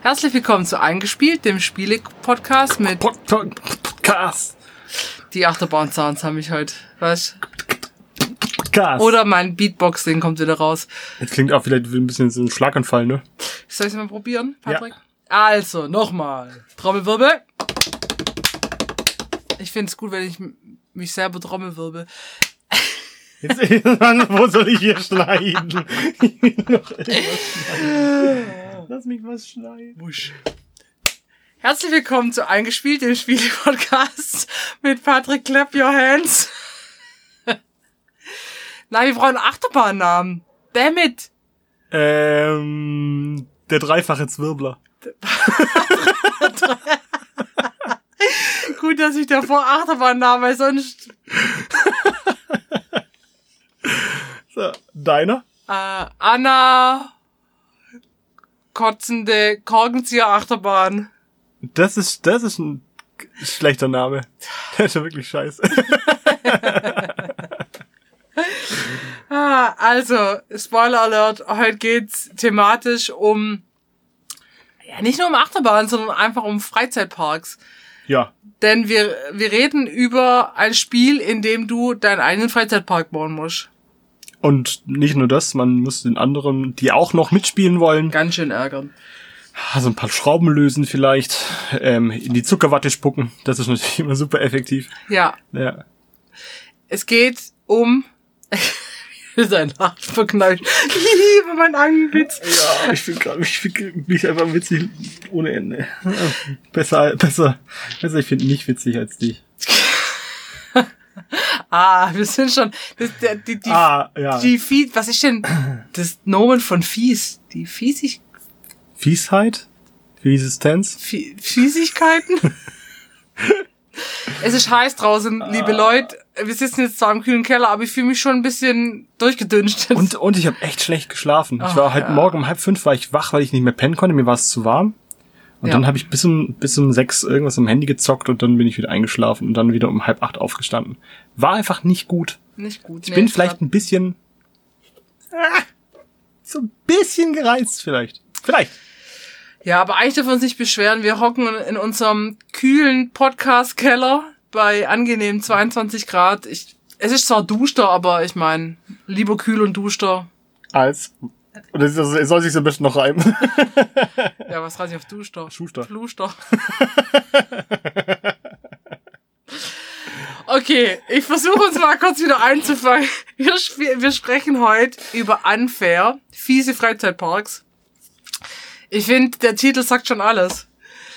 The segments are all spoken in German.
Herzlich willkommen zu Eingespielt, dem Spiele-Podcast mit... Podcast. Die Achterbahn-Sounds haben mich heute, weißt du? Podcast. Oder mein Beatbox-Ding kommt wieder raus. Jetzt klingt auch vielleicht ein bisschen so ein Schlaganfall, ne? Soll ich es mal probieren, Patrick? Ja. Also, nochmal. Trommelwirbel. Ich finde es gut, wenn ich mich selber trommelwirbel. Jetzt, wo soll ich hier schneiden? Ich will noch etwas schneiden. Lass mich was schneiden. Wusch. Herzlich willkommen zu Eingespielt, dem Spiele-Podcast mit Patrick Clap Your Hands. Nein, wir brauchen einen Achterbahnnamen. Damn it. Der dreifache Zwirbler. Gut, dass ich davor Achterbahn nahm, weil sonst... So, deiner? Anna... kotzende Korkenzieher-Achterbahn. Das ist ein schlechter Name. Der ist ja wirklich scheiße. Also, Spoiler Alert, heute geht's thematisch um... Ja, nicht nur um Achterbahn, sondern einfach um Freizeitparks. Ja. Denn wir reden über ein Spiel, in dem du deinen eigenen Freizeitpark bauen musst. Und nicht nur das, man muss den anderen, die auch noch mitspielen wollen, Ganz schön ärgern. also ein paar Schrauben lösen vielleicht, in die Zuckerwatte spucken. Das ist natürlich immer super effektiv. Ja, Ja. es geht um... Sein Lachen verknallt. Ich liebe meinen eigenen Witz. Ja, ich finde mich einfach witzig ohne Ende. Besser, ich finde mich witzig als dich. Wir sind schon... Ja. Was ist denn das Nomen von fies? Die Fiesheit? Fiesistenz? Fiesigkeiten? Es ist heiß draußen, liebe Leute. Wir sitzen jetzt zwar im kühlen Keller, aber ich fühle mich schon ein bisschen durchgedünstet. Und ich habe echt schlecht geschlafen. Ich war heute Morgen um 4:30 war ich wach, weil ich nicht mehr pennen konnte. Mir war es zu warm. Und dann habe ich bis um 6 irgendwas am Handy gezockt und dann bin ich wieder eingeschlafen und dann wieder um 7:30 aufgestanden. War einfach nicht gut. Nicht gut. Ich bin vielleicht ein bisschen... so ein bisschen gereizt vielleicht. Vielleicht. Ja, aber eigentlich dürfen wir uns nicht beschweren. Wir hocken in unserem kühlen Podcast-Keller bei angenehmen 22 Grad. Es ist zwar duster, aber ich meine, lieber kühl und duster. Oder soll sich am besten noch reimen? Ja, was reicht auf duster? Schuster. Fluster. Okay, ich versuche uns mal kurz wieder einzufangen. Wir sprechen heute über Unfair, fiese Freizeitparks. Ich finde, der Titel sagt schon alles.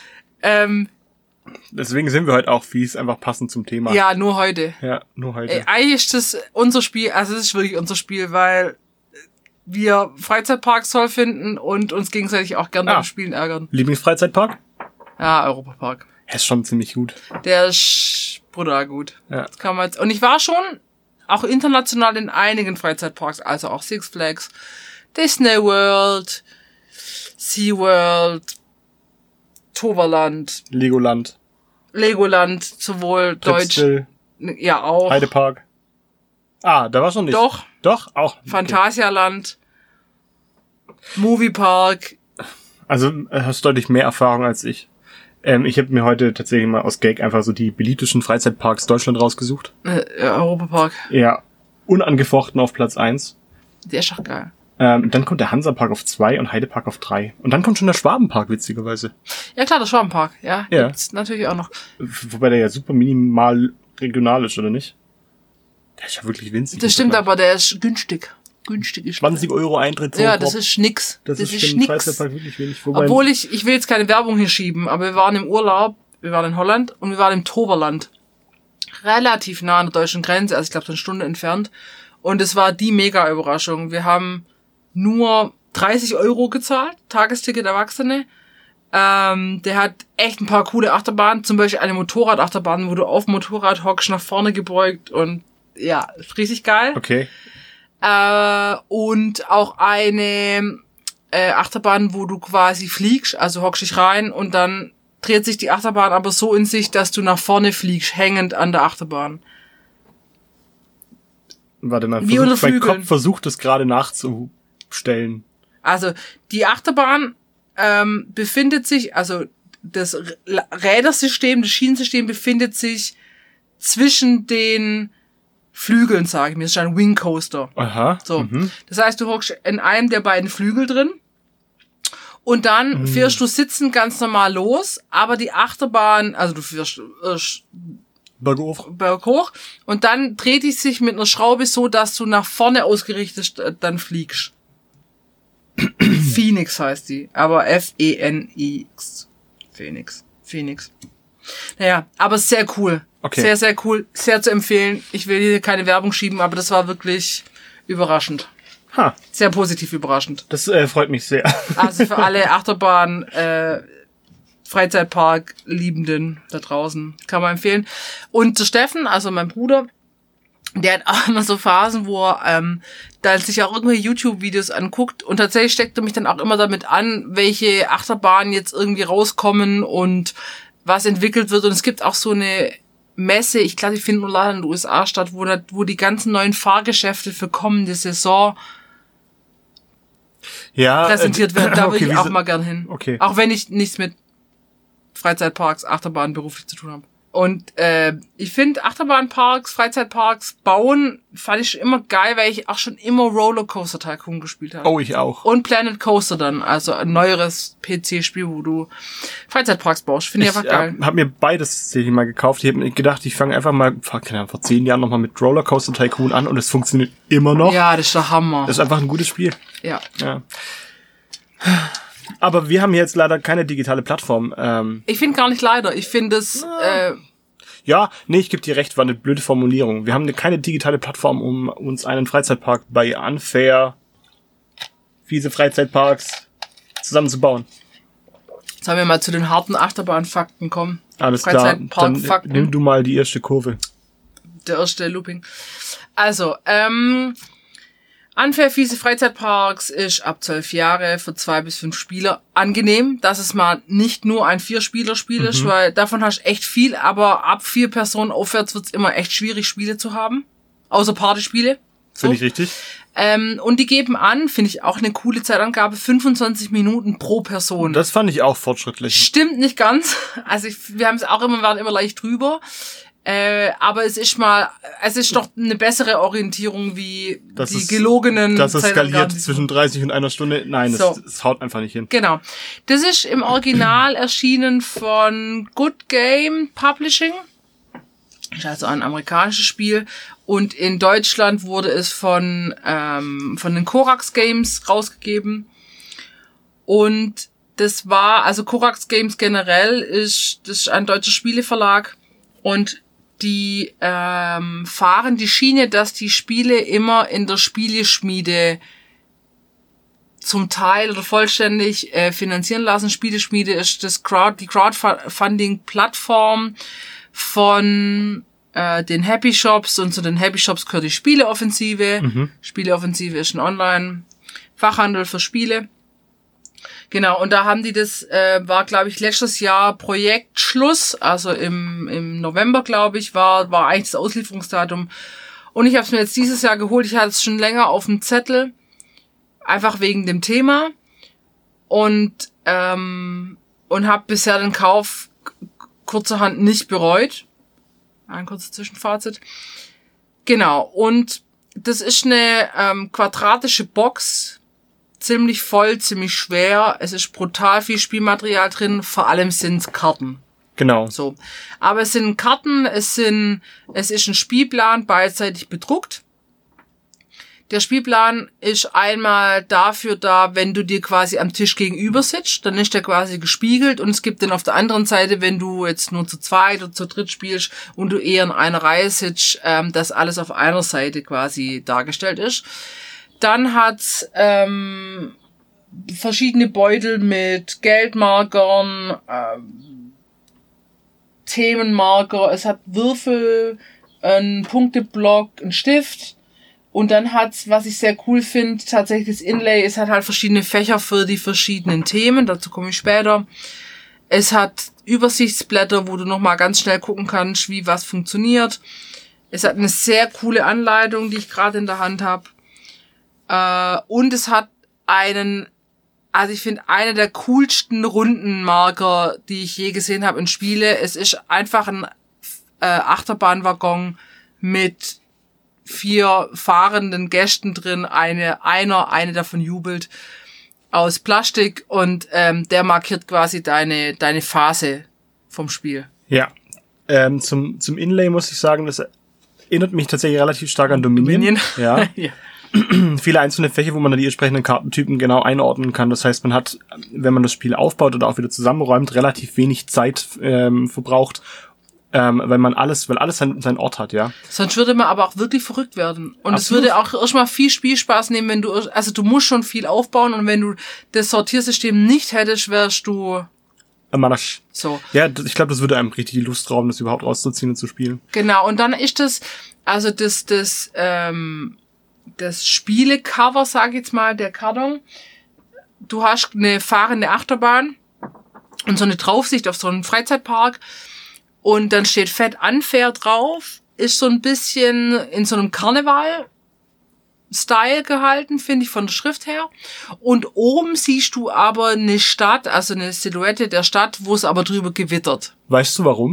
Deswegen sind wir heute auch fies, einfach passend zum Thema. Ja, nur heute. Ja, nur heute. Eigentlich ist das unser Spiel, also es ist wirklich unser Spiel, weil wir Freizeitparks toll finden und uns gegenseitig auch gerne beim Spielen ärgern. Lieblingsfreizeitpark? Ja, Europapark. Er ist schon ziemlich gut. Der ist brutal gut. Ja. Das kann man jetzt, und ich war schon auch international in einigen Freizeitparks, also auch Six Flags, Disney World, SeaWorld, Toverland, Legoland, sowohl Deutsch, Tripstil, ja auch. Heidepark. Da war schon nicht. Doch, auch. Phantasialand, Moviepark. Also hast deutlich mehr Erfahrung als ich. Ich habe mir heute tatsächlich mal aus Gag einfach so die beliebtesten Freizeitparks Deutschland rausgesucht. Europapark. Ja, unangefochten auf Platz 1. Der ist doch geil. Dann kommt der Hansapark auf 2 und Heidepark auf 3. Und dann kommt schon der Schwabenpark, witzigerweise. Ja klar, der Schwabenpark. Ja. Gibt's natürlich auch noch. Wobei der ja super minimal regional ist, oder nicht? Der ist ja wirklich winzig. Das stimmt, aber der ist günstig. Günstig ist 20 € Eintritt. Ja, das ist nix. Das ist für einen Freizeitpark wirklich wenig. Obwohl ich will jetzt keine Werbung hier schieben, aber wir waren im Urlaub, wir waren in Holland und wir waren im Toverland. Relativ nah an der deutschen Grenze, also ich glaube so eine Stunde entfernt. Und es war die Mega-Überraschung. Wir haben nur 30 € gezahlt, Tagesticket Erwachsene. Der hat echt ein paar coole Achterbahnen, zum Beispiel eine Motorradachterbahn, wo du auf dem Motorrad hockst, nach vorne gebeugt und ja, richtig geil. Okay. Und auch eine Achterbahn, wo du quasi fliegst, also hockst dich rein und dann dreht sich die Achterbahn aber so in sich, dass du nach vorne fliegst, hängend an der Achterbahn. Warte mal, mein Kopf versucht es gerade nachzustellen. Also die Achterbahn befindet sich, also das Rädersystem, das Schienensystem befindet sich zwischen den Flügeln, sage ich mir. Das ist ein Wing Coaster. Aha. So. Das heißt, du hockst in einem der beiden Flügel drin und dann fährst du sitzend ganz normal los, aber die Achterbahn, also du fährst berghoch und dann dreht die sich mit einer Schraube so, dass du nach vorne ausgerichtet dann fliegst. Phoenix heißt die, aber F-E-N-I-X. Phoenix. Naja, aber sehr cool. Okay. Sehr, sehr cool. Sehr zu empfehlen. Ich will hier keine Werbung schieben, aber das war wirklich überraschend. Sehr positiv überraschend. Das freut mich sehr. Also für alle Achterbahn, Freizeitpark-Liebenden da draußen kann man empfehlen. Und der Steffen, also mein Bruder, der hat auch immer so Phasen, wo er da sich auch irgendwelche YouTube-Videos anguckt und tatsächlich steckt er mich dann auch immer damit an, welche Achterbahnen jetzt irgendwie rauskommen und was entwickelt wird. Und es gibt auch so eine Messe, ich glaube, die finden nur leider in den USA statt, wo die ganzen neuen Fahrgeschäfte für kommende Saison präsentiert werden. Da würde ich auch mal gern hin. Okay. Auch wenn ich nichts mit Freizeitparks, Achterbahnen beruflich zu tun habe. Und ich finde Achterbahnparks, Freizeitparks bauen, fand ich schon immer geil, weil ich auch schon immer Rollercoaster Tycoon gespielt habe. Oh, ich auch. Und Planet Coaster dann, also ein neueres PC-Spiel, wo du Freizeitparks baust. Finde ich einfach geil. Ich habe mir beides tatsächlich mal gekauft. Ich habe mir gedacht, ich fange einfach mal vor 10 Jahren nochmal mit Rollercoaster Tycoon an und es funktioniert immer noch. Ja, das ist der Hammer. Das ist einfach ein gutes Spiel. Ja. Aber wir haben jetzt leider keine digitale Plattform. Ich finde gar nicht leider. Ich finde es... ich gebe dir recht, war eine blöde Formulierung. Wir haben keine digitale Plattform, um uns einen Freizeitpark bei Unfair, fiese Freizeitparks zusammenzubauen. Sollen wir mal zu den harten Achterbahnfakten kommen? Alles klar, dann nimm du mal die erste Kurve. Der erste Looping. Also, Unfair fiese Freizeitparks ist ab 12 Jahre für 2 bis 5 Spieler angenehm, dass es mal nicht nur ein 4-Spieler-Spiel ist, weil davon hast du echt viel, aber ab 4 Personen aufwärts wird's immer echt schwierig, Spiele zu haben. Außer Partyspiele. So. Finde ich richtig. Und die geben an, finde ich auch eine coole Zeitangabe, 25 Minuten pro Person. Das fand ich auch fortschrittlich. Stimmt nicht ganz. Also wir haben es auch waren immer leicht drüber. Aber es ist doch eine bessere Orientierung wie das die gelogenen Das es skaliert Zeitangaben. zwischen 30 und einer Stunde. Nein, das haut einfach nicht hin. Genau. Das ist im Original erschienen von Good Game Publishing. Das ist also ein amerikanisches Spiel. Und in Deutschland wurde es von den Korax Games rausgegeben. Und das war, also Korax Games generell das ist ein deutscher Spieleverlag. Und die fahren die Schiene, dass die Spiele immer in der Spieleschmiede zum Teil oder vollständig finanzieren lassen. Spieleschmiede ist die Crowdfunding-Plattform von den Happy Shops, und zu den Happy Shops gehört die Spieleoffensive. Spieleoffensive ist ein Online-Fachhandel für Spiele. Genau, und da haben die war, glaube ich, letztes Jahr Projektschluss, also im November, glaube ich, war eigentlich das Auslieferungsdatum. Und ich habe es mir jetzt dieses Jahr geholt. Ich hatte es schon länger auf dem Zettel, einfach wegen dem Thema. Und habe bisher den Kauf kurzerhand nicht bereut. Ein kurzes Zwischenfazit. Genau, und das ist eine quadratische Box, ziemlich voll, ziemlich schwer. Es ist brutal viel Spielmaterial drin. Vor allem sind's Karten. Genau. So. Aber es sind Karten, es ist ein Spielplan beidseitig bedruckt. Der Spielplan ist einmal dafür da, wenn du dir quasi am Tisch gegenüber sitzt, dann ist der quasi gespiegelt, und es gibt dann auf der anderen Seite, wenn du jetzt nur zu zweit oder zu dritt spielst und du eher in einer Reihe sitzt, dass alles auf einer Seite quasi dargestellt ist. Dann hat's verschiedene Beutel mit Geldmarkern, Themenmarker, es hat Würfel, einen Punkteblock, einen Stift, und dann hat's, was ich sehr cool finde, tatsächlich das Inlay, es hat halt verschiedene Fächer für die verschiedenen Themen, dazu komme ich später. Es hat Übersichtsblätter, wo du nochmal ganz schnell gucken kannst, wie was funktioniert. Es hat eine sehr coole Anleitung, die ich gerade in der Hand habe. Und es hat einen Also ich finde, eine der coolsten Rundenmarker, die ich je gesehen habe in Spiele, es ist einfach ein Achterbahnwaggon mit 4 fahrenden Gästen drin, eine davon jubelt, aus Plastik und der markiert quasi deine Phase vom Spiel. Ja. Zum Inlay muss ich sagen, das erinnert mich tatsächlich relativ stark an Dominion. Ja. Ja. Viele einzelne Fächer, wo man dann die entsprechenden Kartentypen genau einordnen kann. Das heißt, man hat, wenn man das Spiel aufbaut oder auch wieder zusammenräumt, relativ wenig Zeit verbraucht, weil alles seinen Ort hat, ja. Sonst würde man aber auch wirklich verrückt werden. Und es würde auch erstmal viel Spielspaß nehmen, wenn du musst schon viel aufbauen und wenn du das Sortiersystem nicht hättest, wärst du so. Ja, ich glaube, das würde einem richtig die Lust rauben, das überhaupt rauszuziehen und zu spielen. Genau, und dann ist das Spielecover, sag ich jetzt mal, der Karton. Du hast eine fahrende Achterbahn und so eine Draufsicht auf so einen Freizeitpark und dann steht fett Unfair drauf, ist so ein bisschen in so einem Karneval-Style gehalten, finde ich, von der Schrift her. Und oben siehst du aber eine Stadt, also eine Silhouette der Stadt, wo es aber drüber gewittert. Weißt du warum?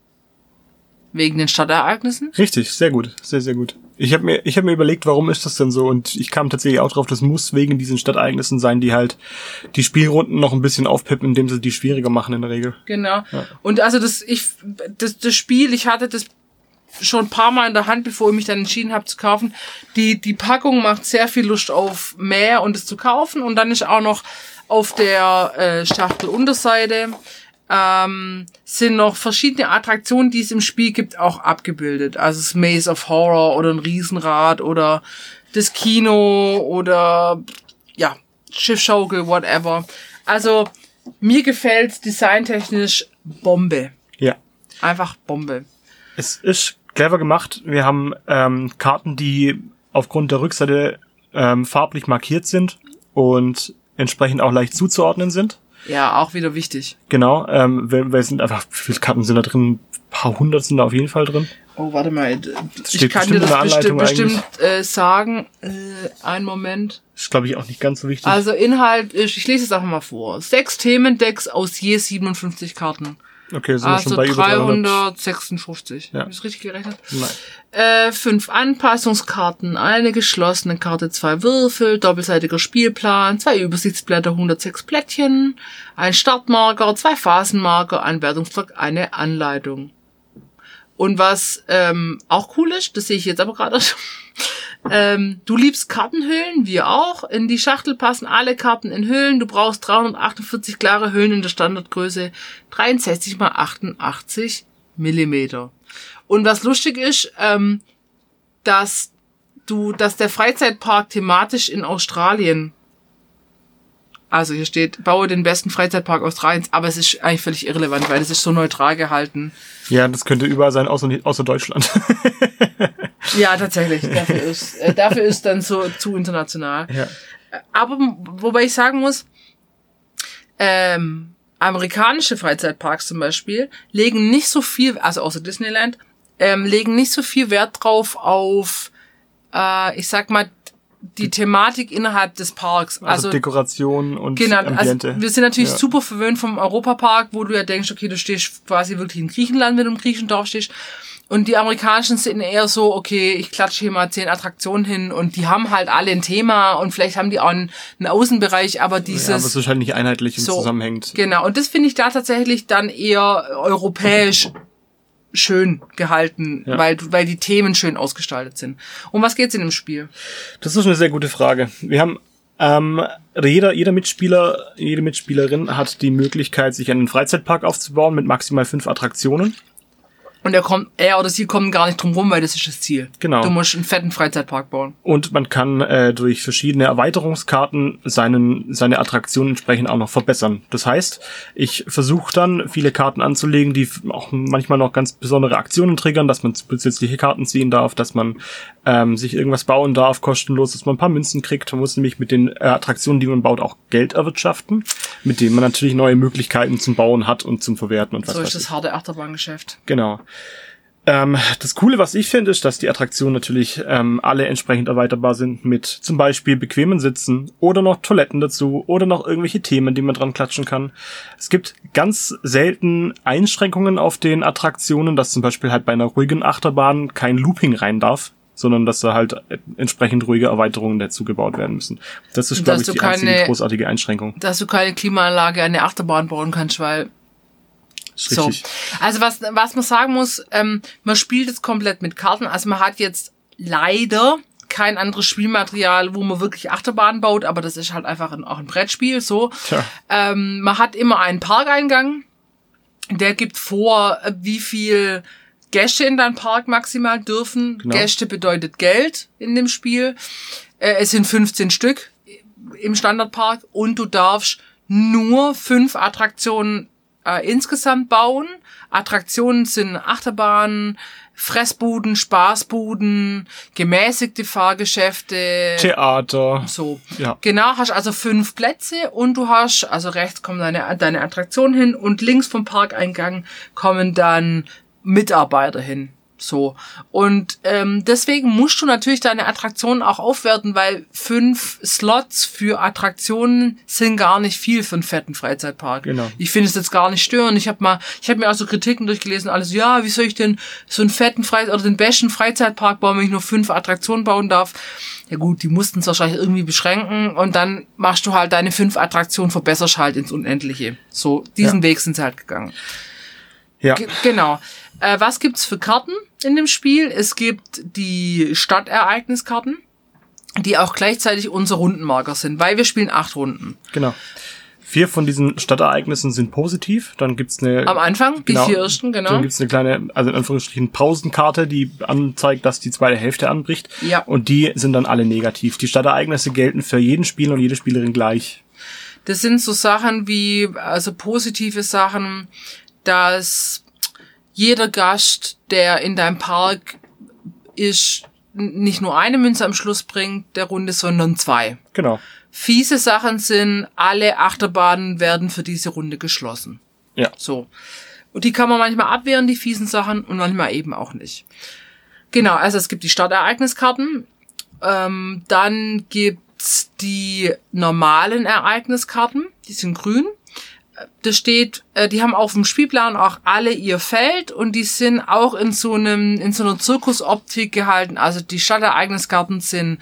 Wegen den Stadtereignissen? Richtig, sehr gut, sehr, sehr gut. Ich hab mir überlegt, warum ist das denn so? Und ich kam tatsächlich auch drauf, das muss wegen diesen Stadtereignissen sein, die halt die Spielrunden noch ein bisschen aufpippen, indem sie die schwieriger machen in der Regel. Genau. Ja. Und also das Spiel, ich hatte das schon ein paar Mal in der Hand, bevor ich mich dann entschieden habe zu kaufen. Die Packung macht sehr viel Lust auf mehr und es zu kaufen. Und dann ist auch noch auf der Schachtelunterseite sind noch verschiedene Attraktionen, die es im Spiel gibt, auch abgebildet. Also das Maze of Horror oder ein Riesenrad oder das Kino oder ja, Schiffschaukel, whatever. Also mir gefällt's designtechnisch Bombe. Ja. Einfach Bombe. Es ist clever gemacht. Wir haben Karten, die aufgrund der Rückseite farblich markiert sind und entsprechend auch leicht zuzuordnen sind. Ja, auch wieder wichtig. Genau, weil es sind einfach, wie viele Karten sind da drin? Ein paar hundert sind da auf jeden Fall drin. Oh, warte mal, ich kann dir das bestimmt sagen. Einen Moment. Ist, glaube ich, auch nicht ganz so wichtig. Also Inhalt ist, ich lese es auch mal vor, 6 Themendecks aus je 57 Karten. Okay, sind also wir schon bei über 356. Ja. Habe ich richtig gerechnet? Nein. 5 Anpassungskarten, eine geschlossene Karte, 2 Würfel, doppelseitiger Spielplan, 2 Übersichtsblätter, 106 Plättchen, ein Startmarker, 2 Phasenmarker, ein Wertungsblock, eine Anleitung. Und was auch cool ist, das sehe ich jetzt aber gerade schon, du liebst Kartenhüllen, wir auch. In die Schachtel passen alle Karten in Hüllen. Du brauchst 348 klare Hüllen in der Standardgröße 63 x 88 Millimeter. Und was lustig ist, dass der Freizeitpark thematisch in Australien, also hier steht, baue den besten Freizeitpark Australiens, aber es ist eigentlich völlig irrelevant, weil es ist so neutral gehalten. Ja, das könnte überall sein, außer Deutschland. Ja, tatsächlich. Dafür ist dann so zu international. Ja. Aber wobei ich sagen muss, amerikanische Freizeitparks zum Beispiel legen nicht so viel, also außer Disneyland, legen nicht so viel Wert drauf auf, ich sag mal, die Thematik innerhalb des Parks. Also Dekoration und genau, Ambiente. Also wir sind natürlich super verwöhnt vom Europapark, wo du ja denkst, okay, du stehst quasi wirklich in Griechenland, wenn du im Griechendorf stehst. Und die amerikanischen sind eher so, okay, ich klatsche hier mal 10 Attraktionen hin und die haben halt alle ein Thema und vielleicht haben die auch einen Außenbereich, aber dieses... Ja, aber es ist halt nicht einheitlich und zusammenhängt. Genau, und das finde ich da tatsächlich dann eher europäisch schön gehalten, weil die Themen schön ausgestaltet sind. Um was geht's in dem Spiel? Das ist eine sehr gute Frage. Wir haben jeder Mitspieler, jede Mitspielerin hat die Möglichkeit, sich einen Freizeitpark aufzubauen mit maximal 5 Attraktionen. Und er oder sie kommen gar nicht drum rum, weil das ist das Ziel. Genau. Du musst einen fetten Freizeitpark bauen. Und man kann durch verschiedene Erweiterungskarten seine Attraktion entsprechend auch noch verbessern. Das heißt, ich versuche dann, viele Karten anzulegen, die auch manchmal noch ganz besondere Aktionen triggern, dass man zusätzliche Karten ziehen darf, dass man sich irgendwas bauen darf, kostenlos, dass man ein paar Münzen kriegt. Man muss nämlich mit den Attraktionen, die man baut, auch Geld erwirtschaften, mit denen man natürlich neue Möglichkeiten zum Bauen hat und zum Verwerten und was weiß ich. So ist das harte Achterbahngeschäft. Genau. Das Coole, was ich finde, ist, dass die Attraktionen natürlich alle entsprechend erweiterbar sind mit zum Beispiel bequemen Sitzen oder noch Toiletten dazu oder noch irgendwelche Themen, die man dran klatschen kann. Es gibt ganz selten Einschränkungen auf den Attraktionen, dass zum Beispiel halt bei einer ruhigen Achterbahn kein Looping rein darf, sondern dass da halt entsprechend ruhige Erweiterungen dazu gebaut werden müssen. Das ist, glaube ich, die einzige großartige Einschränkung. Dass du keine Klimaanlage an der Achterbahn bauen kannst, weil so. Also was man sagen muss, man spielt jetzt komplett mit Karten. Also man hat jetzt leider kein anderes Spielmaterial, wo man wirklich Achterbahn baut, aber das ist halt einfach auch ein Brettspiel. So, man hat immer einen Parkeingang, der gibt vor, wie viel Gäste in deinem Park maximal dürfen. Genau. Gäste bedeutet Geld in dem Spiel. Es sind 15 Stück im Standardpark und du darfst nur 5 Attraktionen insgesamt bauen. Attraktionen sind Achterbahnen, Fressbuden, Spaßbuden, gemäßigte Fahrgeschäfte, Theater. So. Ja. Genau, hast also 5 Plätze und du hast, also rechts kommen deine Attraktion hin und links vom Parkeingang kommen dann Mitarbeiter hin. So. Und deswegen musst du natürlich deine Attraktionen auch aufwerten, weil 5 Slots für Attraktionen sind gar nicht viel für einen fetten Freizeitpark. Genau. Ich finde es jetzt gar nicht störend. Ich habe mir auch so Kritiken durchgelesen, alles, ja, wie soll ich denn so einen fetten oder den besten Freizeitpark bauen, wenn ich nur 5 Attraktionen bauen darf? Ja gut, die mussten es wahrscheinlich irgendwie beschränken und dann machst du halt deine 5 Attraktionen, verbesserst halt ins Unendliche. So, diesen Weg sind sie halt gegangen. Ja. Genau. Was gibt's für Karten in dem Spiel? Es gibt die Stadtereigniskarten, die auch gleichzeitig unser Rundenmarker sind, weil wir spielen 8 Runden. Genau. 4 von diesen Stadtereignissen sind positiv. Dann gibt's am Anfang, die 4 ersten, genau. Dann gibt's eine kleine, also in Anführungsstrichen Pausenkarte, die anzeigt, dass die zweite Hälfte anbricht. Ja. Und die sind dann alle negativ. Die Stadtereignisse gelten für jeden Spieler und jede Spielerin gleich. Das sind so Sachen wie, also positive Sachen, dass jeder Gast, der in deinem Park ist, nicht nur eine Münze am Schluss bringt der Runde, sondern 2. Genau. Fiese Sachen sind, alle Achterbahnen werden für diese Runde geschlossen. Ja. So. Und die kann man manchmal abwehren, die fiesen Sachen, und manchmal eben auch nicht. Genau, also es gibt die Startereigniskarten. Dann gibt's die normalen Ereigniskarten, die sind grün. Das steht, die haben auf dem Spielplan auch alle ihr Feld und die sind auch in so einer Zirkusoptik gehalten. Also die Stadtereigniskarten sind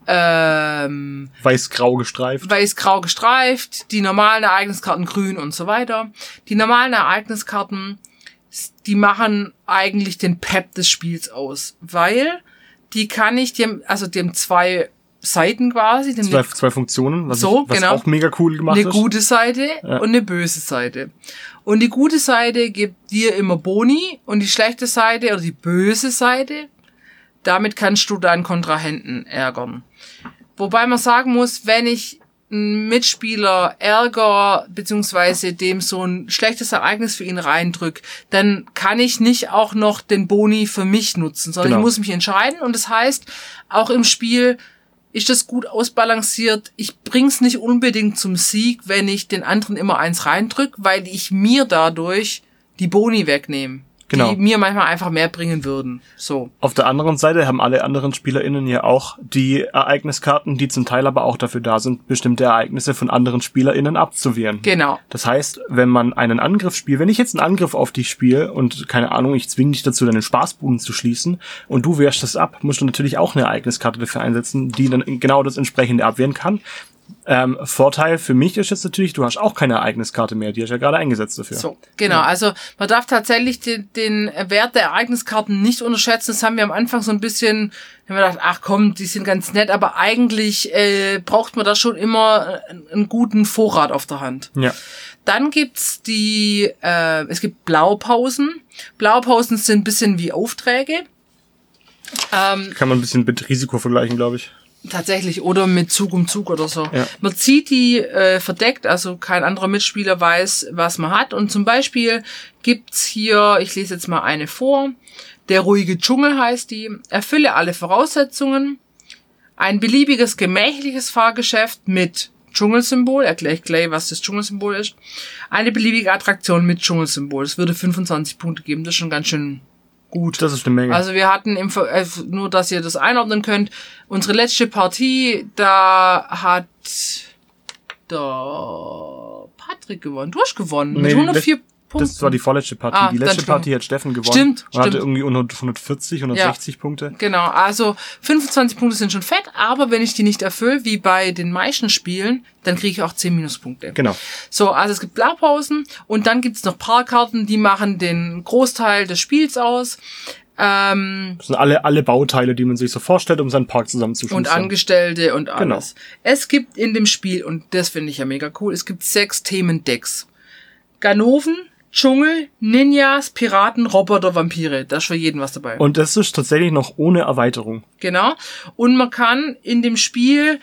weiß-grau gestreift. Weiß-grau gestreift, die normalen Ereigniskarten grün und so weiter. Die normalen Ereigniskarten, die machen eigentlich den Pep des Spiels aus, weil die kann ich, die haben 2 Seiten quasi. Zwei Funktionen, was genau. Auch mega cool gemacht ist. Eine gute Seite und eine böse Seite. Und die gute Seite gibt dir immer Boni und die schlechte Seite oder die böse Seite, damit kannst du deinen Kontrahenten ärgern. Wobei man sagen muss, wenn ich einen Mitspieler ärger, beziehungsweise dem so ein schlechtes Ereignis für ihn reindrück, dann kann ich nicht auch noch den Boni für mich nutzen, sondern ich muss mich entscheiden. Und das heißt, auch im Spiel ist das gut ausbalanciert. Ich bring's nicht unbedingt zum Sieg, wenn ich den anderen immer 1 reindrück, weil ich mir dadurch die Boni wegnehme. Genau. Die mir manchmal einfach mehr bringen würden. So. Auf der anderen Seite haben alle anderen SpielerInnen ja auch die Ereigniskarten, die zum Teil aber auch dafür da sind, bestimmte Ereignisse von anderen SpielerInnen abzuwehren. Genau. Das heißt, wenn man einen Angriff spielt, wenn ich jetzt einen Angriff auf dich spiele und, keine Ahnung, ich zwinge dich dazu, deinen Spaßbuden zu schließen und du wehrst das ab, musst du natürlich auch eine Ereigniskarte dafür einsetzen, die dann genau das entsprechende abwehren kann. Vorteil für mich ist jetzt natürlich, du hast auch keine Ereigniskarte mehr, die hast ja gerade eingesetzt dafür. So, genau, also man darf tatsächlich den Wert der Ereigniskarten nicht unterschätzen. Das haben wir am Anfang so ein bisschen, haben wir gedacht, ach komm, die sind ganz nett, aber eigentlich braucht man da schon immer einen guten Vorrat auf der Hand. Ja. Dann gibt's es gibt Blaupausen. Blaupausen sind ein bisschen wie Aufträge. Kann man ein bisschen mit Risiko vergleichen, glaube ich. Tatsächlich, oder mit Zug um Zug oder so. Ja. Man zieht die verdeckt, also kein anderer Mitspieler weiß, was man hat. Und zum Beispiel gibt's hier, ich lese jetzt mal eine vor, der ruhige Dschungel heißt die, erfülle alle Voraussetzungen, ein beliebiges gemächliches Fahrgeschäft mit Dschungelsymbol, erkläre ich gleich, was das Dschungelsymbol ist, eine beliebige Attraktion mit Dschungelsymbol, das würde 25 Punkte geben, das ist schon ganz schön gut. Das ist eine Menge. Also wir hatten nur, dass ihr das einordnen könnt, unsere letzte Partie, da hat der Patrick gewonnen. Du hast gewonnen. Mit 104 Punkten. Das war die vorletzte Partie. Die letzte Partie hat Steffen gewonnen. Stimmt. Und hatte irgendwie 140, 160 Punkte. Genau, also 25 Punkte sind schon fett, aber wenn ich die nicht erfülle, wie bei den meisten Spielen, dann kriege ich auch 10 Minuspunkte. Genau. So, also es gibt Blaupausen und dann gibt's noch Parkkarten, die machen den Großteil des Spiels aus. Das sind alle Bauteile, die man sich so vorstellt, um seinen Park zusammenzuschustern. Und Angestellte und alles. Genau. Es gibt in dem Spiel, und das finde ich ja mega cool, es gibt 6 Themendecks. Ganoven, Dschungel, Ninjas, Piraten, Roboter, Vampire. Da ist für jeden was dabei. Und das ist tatsächlich noch ohne Erweiterung. Genau. Und man kann in dem Spiel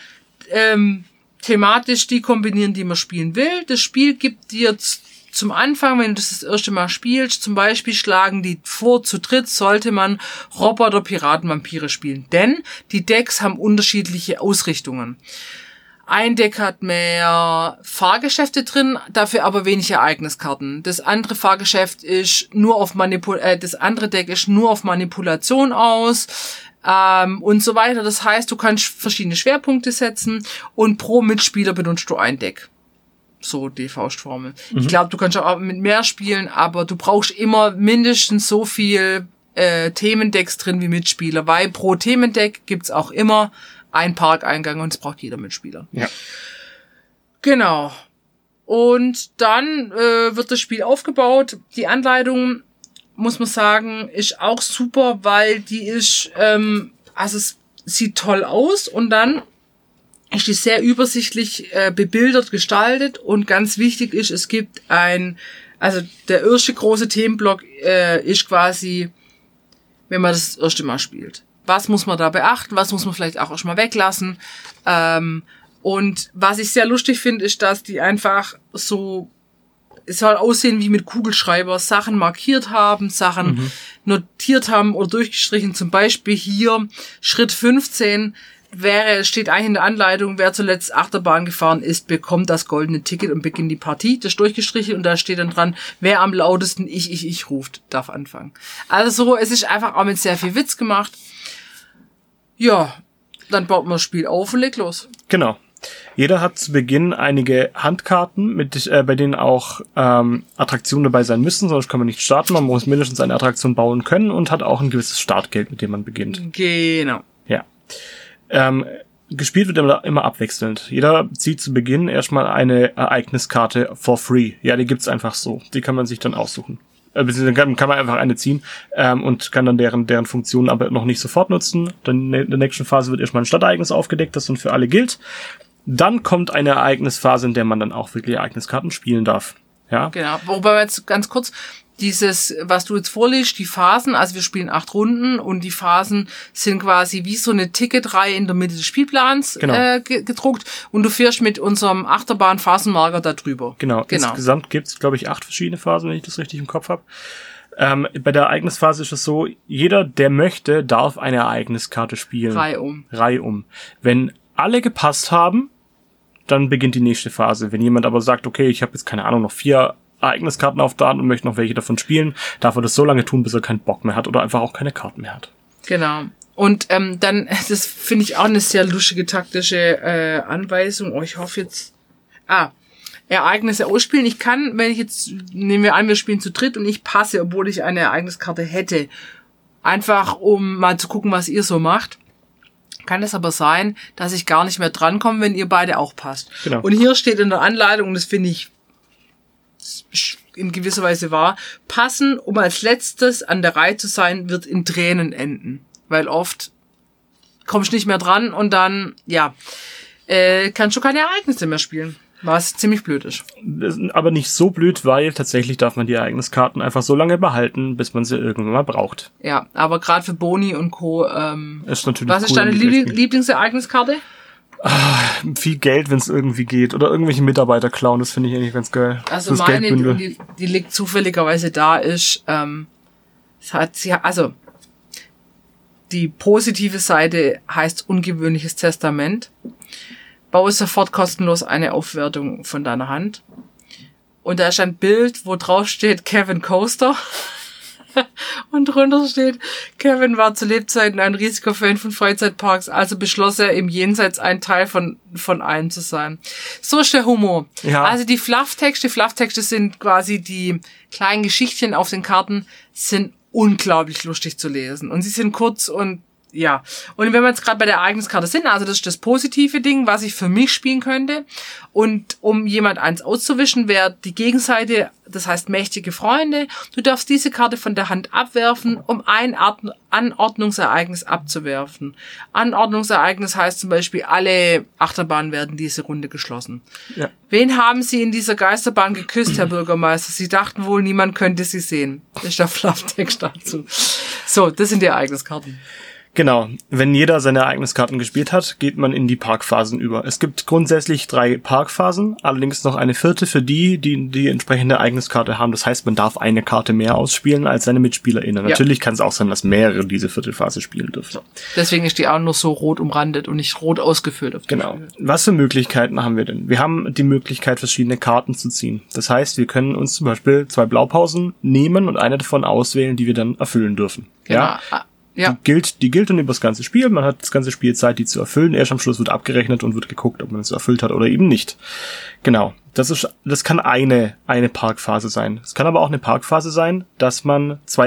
thematisch die kombinieren, die man spielen will. Das Spiel gibt dir zum Anfang, wenn du das erste Mal spielst, zum Beispiel schlagen die vor, zu dritt sollte man Roboter, Piraten, Vampire spielen. Denn die Decks haben unterschiedliche Ausrichtungen. Ein Deck hat mehr Fahrgeschäfte drin, dafür aber wenig Ereigniskarten. Das andere Fahrgeschäft ist nur auf das andere Deck ist nur auf Manipulation aus, und so weiter. Das heißt, du kannst verschiedene Schwerpunkte setzen und pro Mitspieler benutzt du ein Deck. So die Faustformel. Ich glaube, du kannst auch mit mehr spielen, aber du brauchst immer mindestens so viel Themendecks drin wie Mitspieler, weil pro Themendeck gibt's auch immer ein Parkeingang und es braucht jeder Mitspieler. Ja. Genau. Und dann wird das Spiel aufgebaut. Die Anleitung, muss man sagen, ist auch super, weil die ist, also es sieht toll aus und dann ist die sehr übersichtlich bebildert gestaltet und ganz wichtig ist, es gibt also der erste große Themenblock ist quasi, wenn man das erste Mal spielt. Was muss man da beachten? Was muss man vielleicht auch erstmal weglassen? Und was ich sehr lustig finde, ist, dass die einfach so, es soll aussehen wie mit Kugelschreiber, Sachen markiert haben, Sachen notiert haben oder durchgestrichen. Zum Beispiel hier Schritt 15 steht eigentlich in der Anleitung, wer zuletzt Achterbahn gefahren ist, bekommt das goldene Ticket und beginnt die Partie. Das ist durchgestrichen und da steht dann dran, wer am lautesten ich ruft, darf anfangen. Also so, es ist einfach auch mit sehr viel Witz gemacht. Ja, dann baut man das Spiel auf und legt los. Genau. Jeder hat zu Beginn einige Handkarten, bei denen auch Attraktionen dabei sein müssen, sonst kann man nicht starten. Man muss mindestens eine Attraktion bauen können und hat auch ein gewisses Startgeld, mit dem man beginnt. Genau. Ja. Gespielt wird immer abwechselnd. Jeder zieht zu Beginn erstmal eine Ereigniskarte for free. Ja, die gibt's einfach so. Die kann man sich dann aussuchen. Beziehungsweise kann man einfach eine ziehen und kann dann deren Funktionen aber noch nicht sofort nutzen. Dann in der nächsten Phase wird erstmal ein Stadtereignis aufgedeckt, das dann für alle gilt. Dann kommt eine Ereignisphase, in der man dann auch wirklich Ereigniskarten spielen darf. Ja. Genau. Wobei wir jetzt ganz kurz dieses, was du jetzt vorliest, die Phasen, also wir spielen 8 Runden und die Phasen sind quasi wie so eine Ticketreihe in der Mitte des Spielplans gedruckt und du fährst mit unserem Achterbahn-Phasenmarker da drüber. Genau. Insgesamt gibt's, glaube ich, 8 verschiedene Phasen, wenn ich das richtig im Kopf habe. Bei der Ereignisphase ist es so, jeder, der möchte, darf eine Ereigniskarte spielen. Reihe um. Wenn alle gepasst haben, dann beginnt die nächste Phase. Wenn jemand aber sagt, okay, ich habe jetzt keine Ahnung, noch 4 Ereigniskarten auf der Hand und möchte noch welche davon spielen, darf er das so lange tun, bis er keinen Bock mehr hat oder einfach auch keine Karten mehr hat. Genau. Und dann, das finde ich auch eine sehr lustige taktische Anweisung. Oh, ich hoffe jetzt... Ereignisse ausspielen. Ich kann, wenn ich jetzt, nehmen wir an, wir spielen zu dritt und ich passe, obwohl ich eine Ereigniskarte hätte, einfach um mal zu gucken, was ihr so macht. Kann es aber sein, dass ich gar nicht mehr drankomme, wenn ihr beide auch passt. Genau. Und hier steht in der Anleitung, und das finde ich in gewisser Weise wahr, passen, um als letztes an der Reihe zu sein, wird in Tränen enden. Weil oft kommst du nicht mehr dran und dann, kannst du keine Ereignisse mehr spielen. Was ziemlich blöd ist. Aber nicht so blöd, weil tatsächlich darf man die Ereigniskarten einfach so lange behalten, bis man sie irgendwann mal braucht. Ja, aber gerade für Boni und Co. Ist natürlich was ist deine Lieblingsereigniskarte? Viel Geld, wenn es irgendwie geht. Oder irgendwelche Mitarbeiter klauen, das finde ich eigentlich ganz geil. Also meine, die liegt zufälligerweise da, ist, die positive Seite heißt ungewöhnliches Testament. Baue sofort kostenlos eine Aufwertung von deiner Hand. Und da ist ein Bild, wo drauf steht Kevin Coaster. Und drunter steht, Kevin war zu Lebzeiten ein riesiger Fan von Freizeitparks, also beschloss er, im Jenseits ein Teil von allen zu sein. So ist der Humor. Ja. Also die Flufftexte sind quasi die kleinen Geschichtchen auf den Karten, sind unglaublich lustig zu lesen. Und sie sind kurz und ja. Und wenn wir jetzt gerade bei der Ereigniskarte sind, also das ist das positive Ding, was ich für mich spielen könnte. Und um jemand eins auszuwischen, wäre die Gegenseite, das heißt mächtige Freunde. Du darfst diese Karte von der Hand abwerfen, um ein Anordnungsereignis abzuwerfen. Anordnungsereignis heißt zum Beispiel, alle Achterbahnen werden diese Runde geschlossen. Ja. Wen haben Sie in dieser Geisterbahn geküsst, Herr Bürgermeister? Sie dachten wohl, niemand könnte Sie sehen. Das ist der Flufftext dazu. So, das sind die Ereigniskarten. Genau. Wenn jeder seine Ereigniskarten gespielt hat, geht man in die Parkphasen über. Es gibt grundsätzlich 3 Parkphasen, allerdings noch eine 4. für die entsprechende Ereigniskarte haben. Das heißt, man darf eine Karte mehr ausspielen als seine MitspielerInnen. Ja. Natürlich kann es auch sein, dass mehrere diese 4. Phase spielen dürfen. So. Deswegen ist die auch nur so rot umrandet und nicht rot ausgefüllt. Genau. Was für Möglichkeiten haben wir denn? Wir haben die Möglichkeit, verschiedene Karten zu ziehen. Das heißt, wir können uns zum Beispiel 2 Blaupausen nehmen und eine davon auswählen, die wir dann erfüllen dürfen. Genau. Ja. Ja. Die gilt dann über das ganze Spiel. Man hat das ganze Spiel Zeit, die zu erfüllen. Erst am Schluss wird abgerechnet und wird geguckt, ob man es erfüllt hat oder eben nicht. Genau. Das kann eine Parkphase sein. Es kann aber auch eine Parkphase sein, dass man 2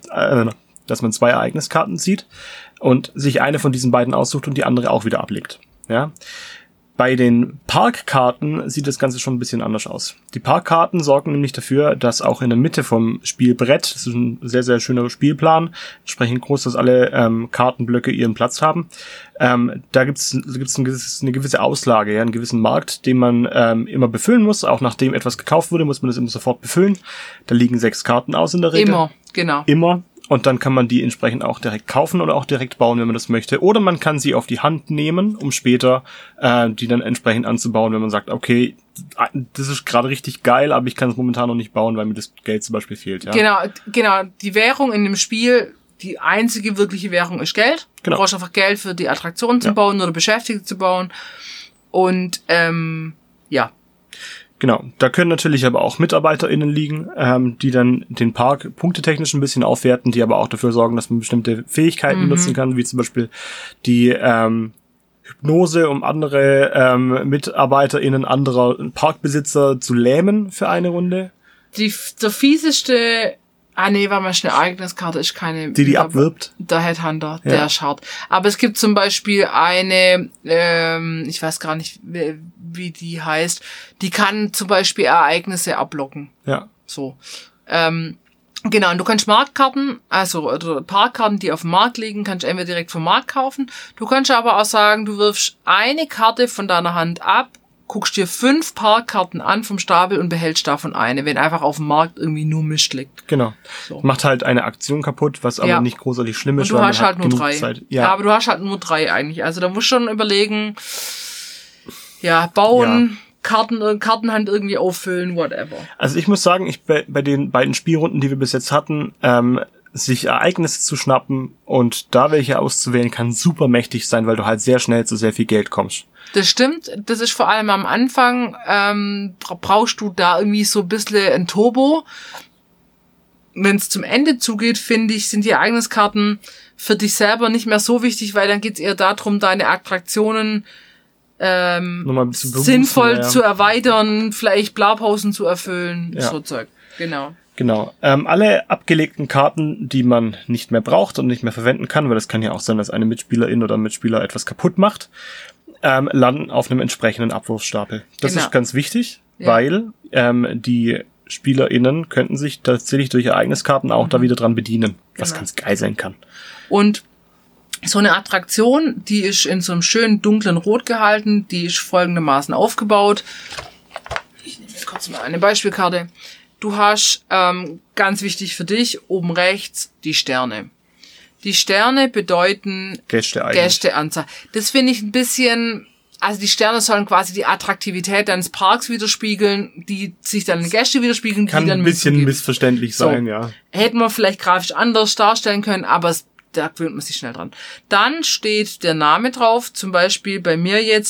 Ereigniskarten zieht und sich eine von diesen beiden aussucht und die andere auch wieder ablegt. Ja. Bei den Parkkarten sieht das Ganze schon ein bisschen anders aus. Die Parkkarten sorgen nämlich dafür, dass auch in der Mitte vom Spielbrett, das ist ein sehr, sehr schöner Spielplan, entsprechend groß, dass alle Kartenblöcke ihren Platz haben, da gibt's eine gewisse Auslage, ja, einen gewissen Markt, den man immer befüllen muss. Auch nachdem etwas gekauft wurde, muss man das immer sofort befüllen. Da liegen 6 Karten aus in der Regel. Immer, genau. Immer. Und dann kann man die entsprechend auch direkt kaufen oder auch direkt bauen, wenn man das möchte. Oder man kann sie auf die Hand nehmen, um später die dann entsprechend anzubauen, wenn man sagt, okay, das ist gerade richtig geil, aber ich kann es momentan noch nicht bauen, weil mir das Geld zum Beispiel fehlt. Ja? Genau. Die Währung in dem Spiel, die einzige wirkliche Währung ist Geld. Genau. Du brauchst einfach Geld für die Attraktionen zu bauen oder Beschäftigte zu bauen. Und ja. Genau, da können natürlich aber auch MitarbeiterInnen liegen, die dann den Park punktetechnisch ein bisschen aufwerten, die aber auch dafür sorgen, dass man bestimmte Fähigkeiten nutzen kann, wie zum Beispiel die Hypnose, um andere MitarbeiterInnen anderer Parkbesitzer zu lähmen für eine Runde. Der fieseste... war mal eine Ereigniskarte, ist keine... Die abwirbt? Der Headhunter, der ist hart. Aber es gibt zum Beispiel eine, ich weiß gar nicht, wie die heißt, die kann zum Beispiel Ereignisse abblocken. Ja. So. Genau, und du kannst Marktkarten, oder Parkkarten, die auf dem Markt liegen, kannst du entweder direkt vom Markt kaufen. Du kannst aber auch sagen, du wirfst eine Karte von deiner Hand ab, guckst dir 5 Parkkarten an vom Stapel und behältst davon eine, wenn einfach auf dem Markt irgendwie nur Mist liegt. Genau. So. Macht halt eine Aktion kaputt, was aber nicht großartig schlimm ist. Und du hast halt nur 3. Zeit. Ja, aber du hast halt nur 3 eigentlich. Also da musst du schon überlegen, bauen, Kartenhand irgendwie auffüllen, whatever. Also ich muss sagen, bei den beiden Spielrunden, die wir bis jetzt hatten, sich Ereignisse zu schnappen und da welche auszuwählen, kann super mächtig sein, weil du halt sehr schnell zu sehr viel Geld kommst. Das stimmt. Das ist vor allem am Anfang, brauchst du da irgendwie so ein bisschen ein Turbo. Wenn es zum Ende zugeht, finde ich, sind die Ereigniskarten für dich selber nicht mehr so wichtig, weil dann geht es eher darum, deine Attraktionen sinnvoll zu erweitern, vielleicht Blaupausen zu erfüllen, so Zeug. Genau. Alle abgelegten Karten, die man nicht mehr braucht und nicht mehr verwenden kann, weil das kann ja auch sein, dass eine Mitspielerin oder ein Mitspieler etwas kaputt macht, landen auf einem entsprechenden Abwurfstapel. Das ist ganz wichtig, weil die SpielerInnen könnten sich tatsächlich durch Ereigniskarten auch da wieder dran bedienen, was ganz geil sein kann. Und so eine Attraktion, die ist in so einem schönen dunklen Rot gehalten, die ist folgendermaßen aufgebaut. Ich nehme jetzt kurz mal eine Beispielkarte. Du hast, ganz wichtig für dich, oben rechts die Sterne. Die Sterne bedeuten Gästeanzahl. Das finde ich ein bisschen, also die Sterne sollen quasi die Attraktivität deines Parks widerspiegeln, die sich dann in Gäste widerspiegeln. Kann die dann ein bisschen missverständlich sein, ja. Hätten wir vielleicht grafisch anders darstellen können, aber da gewöhnt man sich schnell dran. Dann steht der Name drauf, zum Beispiel bei mir jetzt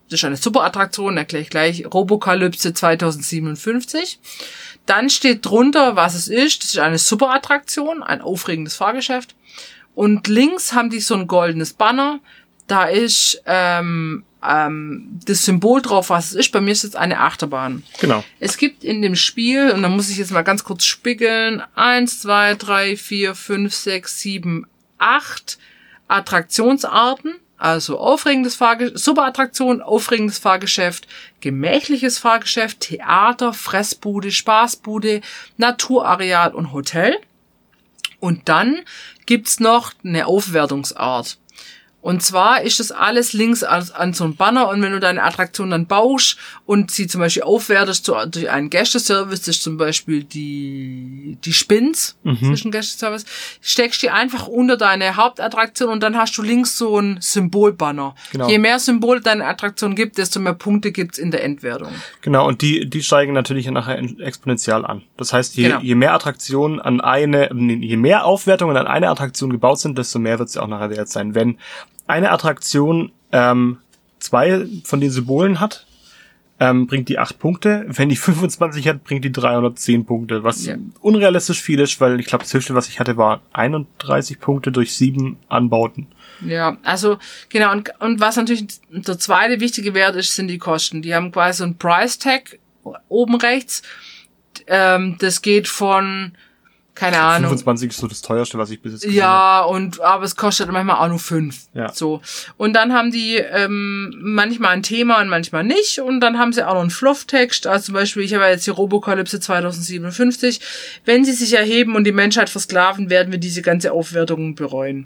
Das ist eine Superattraktion, erkläre ich gleich. Robokalypse 2057. Dann steht drunter, was es ist. Das ist eine Superattraktion, ein aufregendes Fahrgeschäft. Und links haben die so ein goldenes Banner. Da ist das Symbol drauf, was es ist. Bei mir ist es eine Achterbahn. Genau. Es gibt in dem Spiel, und da muss ich jetzt mal ganz kurz spiegeln, 1, 2, 3, 4, 5, 6, 7, 8 Attraktionsarten. Also aufregendes Fahrgeschäft, Superattraktion, aufregendes Fahrgeschäft, gemächliches Fahrgeschäft, Theater, Fressbude, Spaßbude, Naturareal und Hotel. Und dann gibt's noch eine Aufwertungsart. Und zwar ist das alles links an so einem Banner, und wenn du deine Attraktion dann baust und sie zum Beispiel aufwertest durch einen Gästeservice, das ist zum Beispiel die Spins, das ist ein Gästeservice, steckst die einfach unter deine Hauptattraktion und dann hast du links so ein Symbolbanner. Genau. Je mehr Symbole deine Attraktion gibt, desto mehr Punkte gibt's in der Endwertung. Genau, und die steigen natürlich nachher exponentiell an. Das heißt, je mehr Attraktionen je mehr Aufwertungen an eine Attraktion gebaut sind, desto mehr wird sie auch nachher wert sein. Wenn eine Attraktion 2 von den Symbolen hat, bringt die 8 Punkte. Wenn die 25 hat, bringt die 310 Punkte, was unrealistisch viel ist, weil ich glaube, das höchste, was ich hatte, war 31 Punkte durch 7 Anbauten. Ja, also genau, und was natürlich der zweite wichtige Wert ist, sind die Kosten. Die haben quasi so ein Price Tag oben rechts. Das geht von, keine Ahnung. 25 ist so das teuerste, was ich bis jetzt gesehen habe. Ja, aber es kostet manchmal auch nur 5. Ja. So. Und dann haben die manchmal ein Thema und manchmal nicht. Und dann haben sie auch noch einen Flufftext. Also zum Beispiel, ich habe ja jetzt die Robokalypse 2057. Wenn sie sich erheben und die Menschheit versklaven, werden wir diese ganze Aufwertung bereuen.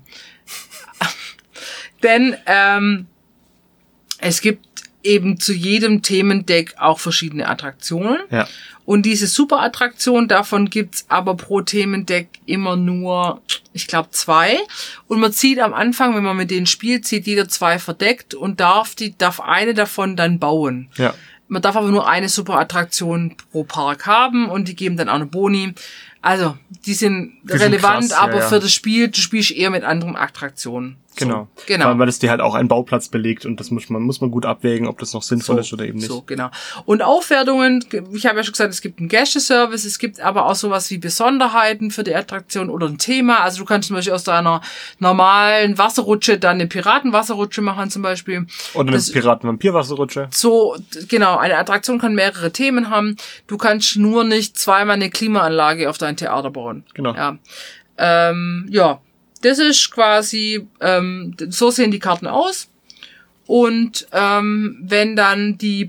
Denn es gibt eben zu jedem Themendeck auch verschiedene Attraktionen. Ja. Und diese Superattraktion, davon gibt's aber pro Themendeck immer nur, ich glaube, 2. Und man zieht am Anfang, wenn man mit denen spielt, zieht jeder 2 verdeckt und darf eine davon dann bauen. Ja. Man darf aber nur eine Superattraktion pro Park haben und die geben dann auch eine Boni. Also, die sind relevant, krass, aber ja. für das Spiel, du spielst eher mit anderen Attraktionen. Genau. So, genau. Vor allem, weil es dir halt auch einen Bauplatz belegt und das muss man gut abwägen, ob das noch sinnvoll ist oder eben nicht. So, genau. Und Aufwertungen, ich habe ja schon gesagt, es gibt einen Gästeservice, es gibt aber auch sowas wie Besonderheiten für die Attraktion oder ein Thema. Also du kannst zum Beispiel aus deiner normalen Wasserrutsche dann eine Piratenwasserrutsche machen zum Beispiel. Oder eine Piraten-Vampir-Wasserrutsche. So, genau. Eine Attraktion kann mehrere Themen haben. Du kannst nur nicht zweimal eine Klimaanlage auf dein Theater bauen. Genau. Ja. Ja. Das ist quasi, so sehen die Karten aus. Und wenn dann die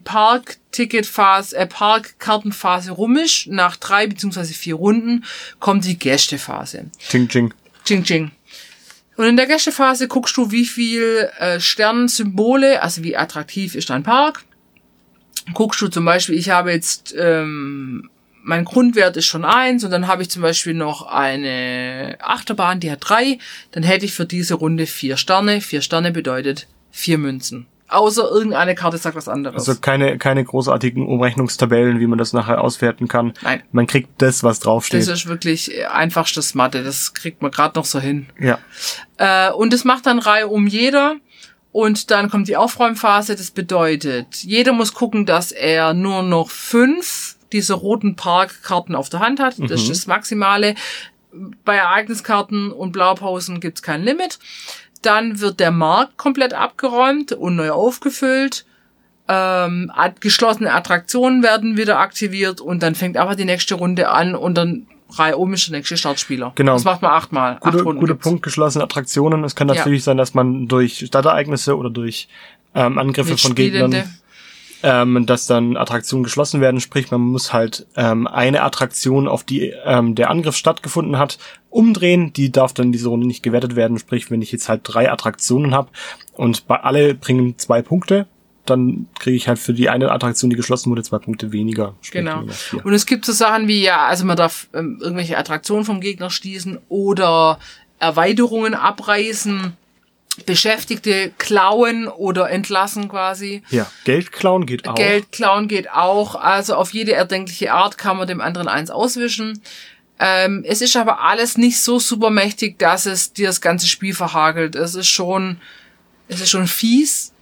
Parkkartenphase rum ist, nach 3 bzw. 4 Runden, kommt die Gästephase. Ching, ching. Ching, ching. Und in der Gästephase guckst du, wie viel Sternsymbole, also wie attraktiv ist dein Park. Guckst du zum Beispiel, ich habe jetzt mein Grundwert ist schon 1 und dann habe ich zum Beispiel noch eine Achterbahn, die hat 3. Dann hätte ich für diese Runde 4 Sterne. 4 Sterne bedeutet 4 Münzen. Außer irgendeine Karte sagt was anderes. Also keine großartigen Umrechnungstabellen, wie man das nachher auswerten kann. Nein. Man kriegt das, was draufsteht. Das ist wirklich einfachstes Mathe. Das kriegt man gerade noch so hin. Ja. Und das macht dann Reihe um jeder. Und dann kommt die Aufräumphase. Das bedeutet, jeder muss gucken, dass er nur noch 5 diese roten Parkkarten auf der Hand hat. Das ist das Maximale. Bei Ereigniskarten und Blaupausen gibt's kein Limit. Dann wird der Markt komplett abgeräumt und neu aufgefüllt. Geschlossene Attraktionen werden wieder aktiviert und dann fängt einfach die nächste Runde an und dann Reihe um ist der nächste Startspieler. Genau. Das macht man 8 Mal. 8 Runden guter gibt's. Punkt, geschlossene Attraktionen. Es kann natürlich sein, dass man durch Startereignisse oder durch Angriffe von Gegnern dass dann Attraktionen geschlossen werden, sprich man muss halt eine Attraktion, auf die der Angriff stattgefunden hat, umdrehen, die darf dann diese Runde nicht gewertet werden, sprich wenn ich jetzt halt 3 Attraktionen habe und alle bringen 2 Punkte, dann kriege ich halt für die eine Attraktion, die geschlossen wurde, 2 Punkte weniger. Genau. Und es gibt so Sachen wie, ja, also man darf irgendwelche Attraktionen vom Gegner schließen oder Erweiterungen abreißen, Beschäftigte klauen oder entlassen quasi. Ja, Geld klauen geht auch. Geld klauen geht auch. Also auf jede erdenkliche Art kann man dem anderen eins auswischen. Es ist aber alles nicht so super mächtig, dass es dir das ganze Spiel verhagelt. Es ist schon fies,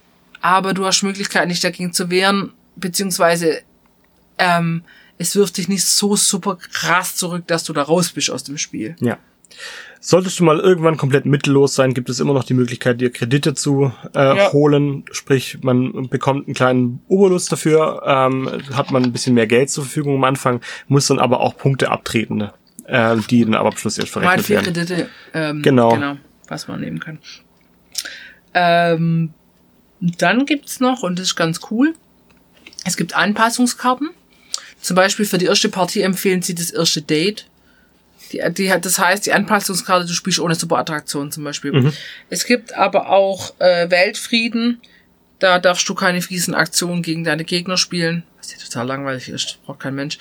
aber du hast Möglichkeiten, dich dagegen zu wehren, beziehungsweise es wirft dich nicht so super krass zurück, dass du da raus bist aus dem Spiel. Ja. Solltest du mal irgendwann komplett mittellos sein, gibt es immer noch die Möglichkeit, dir Kredite zu holen. Sprich, man bekommt einen kleinen Obolus dafür, hat man ein bisschen mehr Geld zur Verfügung am Anfang, muss dann aber auch Punkte abtreten, die dann aber am Schluss erst verrechnet werden. Kredite, genau, was man nehmen kann. Dann gibt's noch, und das ist ganz cool, es gibt Anpassungskarten. Zum Beispiel für die erste Partie empfehlen sie das erste Date. Das heißt, die Anpassungskarte, du spielst ohne Superattraktion zum Beispiel. Mhm. Es gibt aber auch Weltfrieden. Da darfst du keine fiesen Aktionen gegen deine Gegner spielen. Was ja total langweilig ist. Braucht kein Mensch.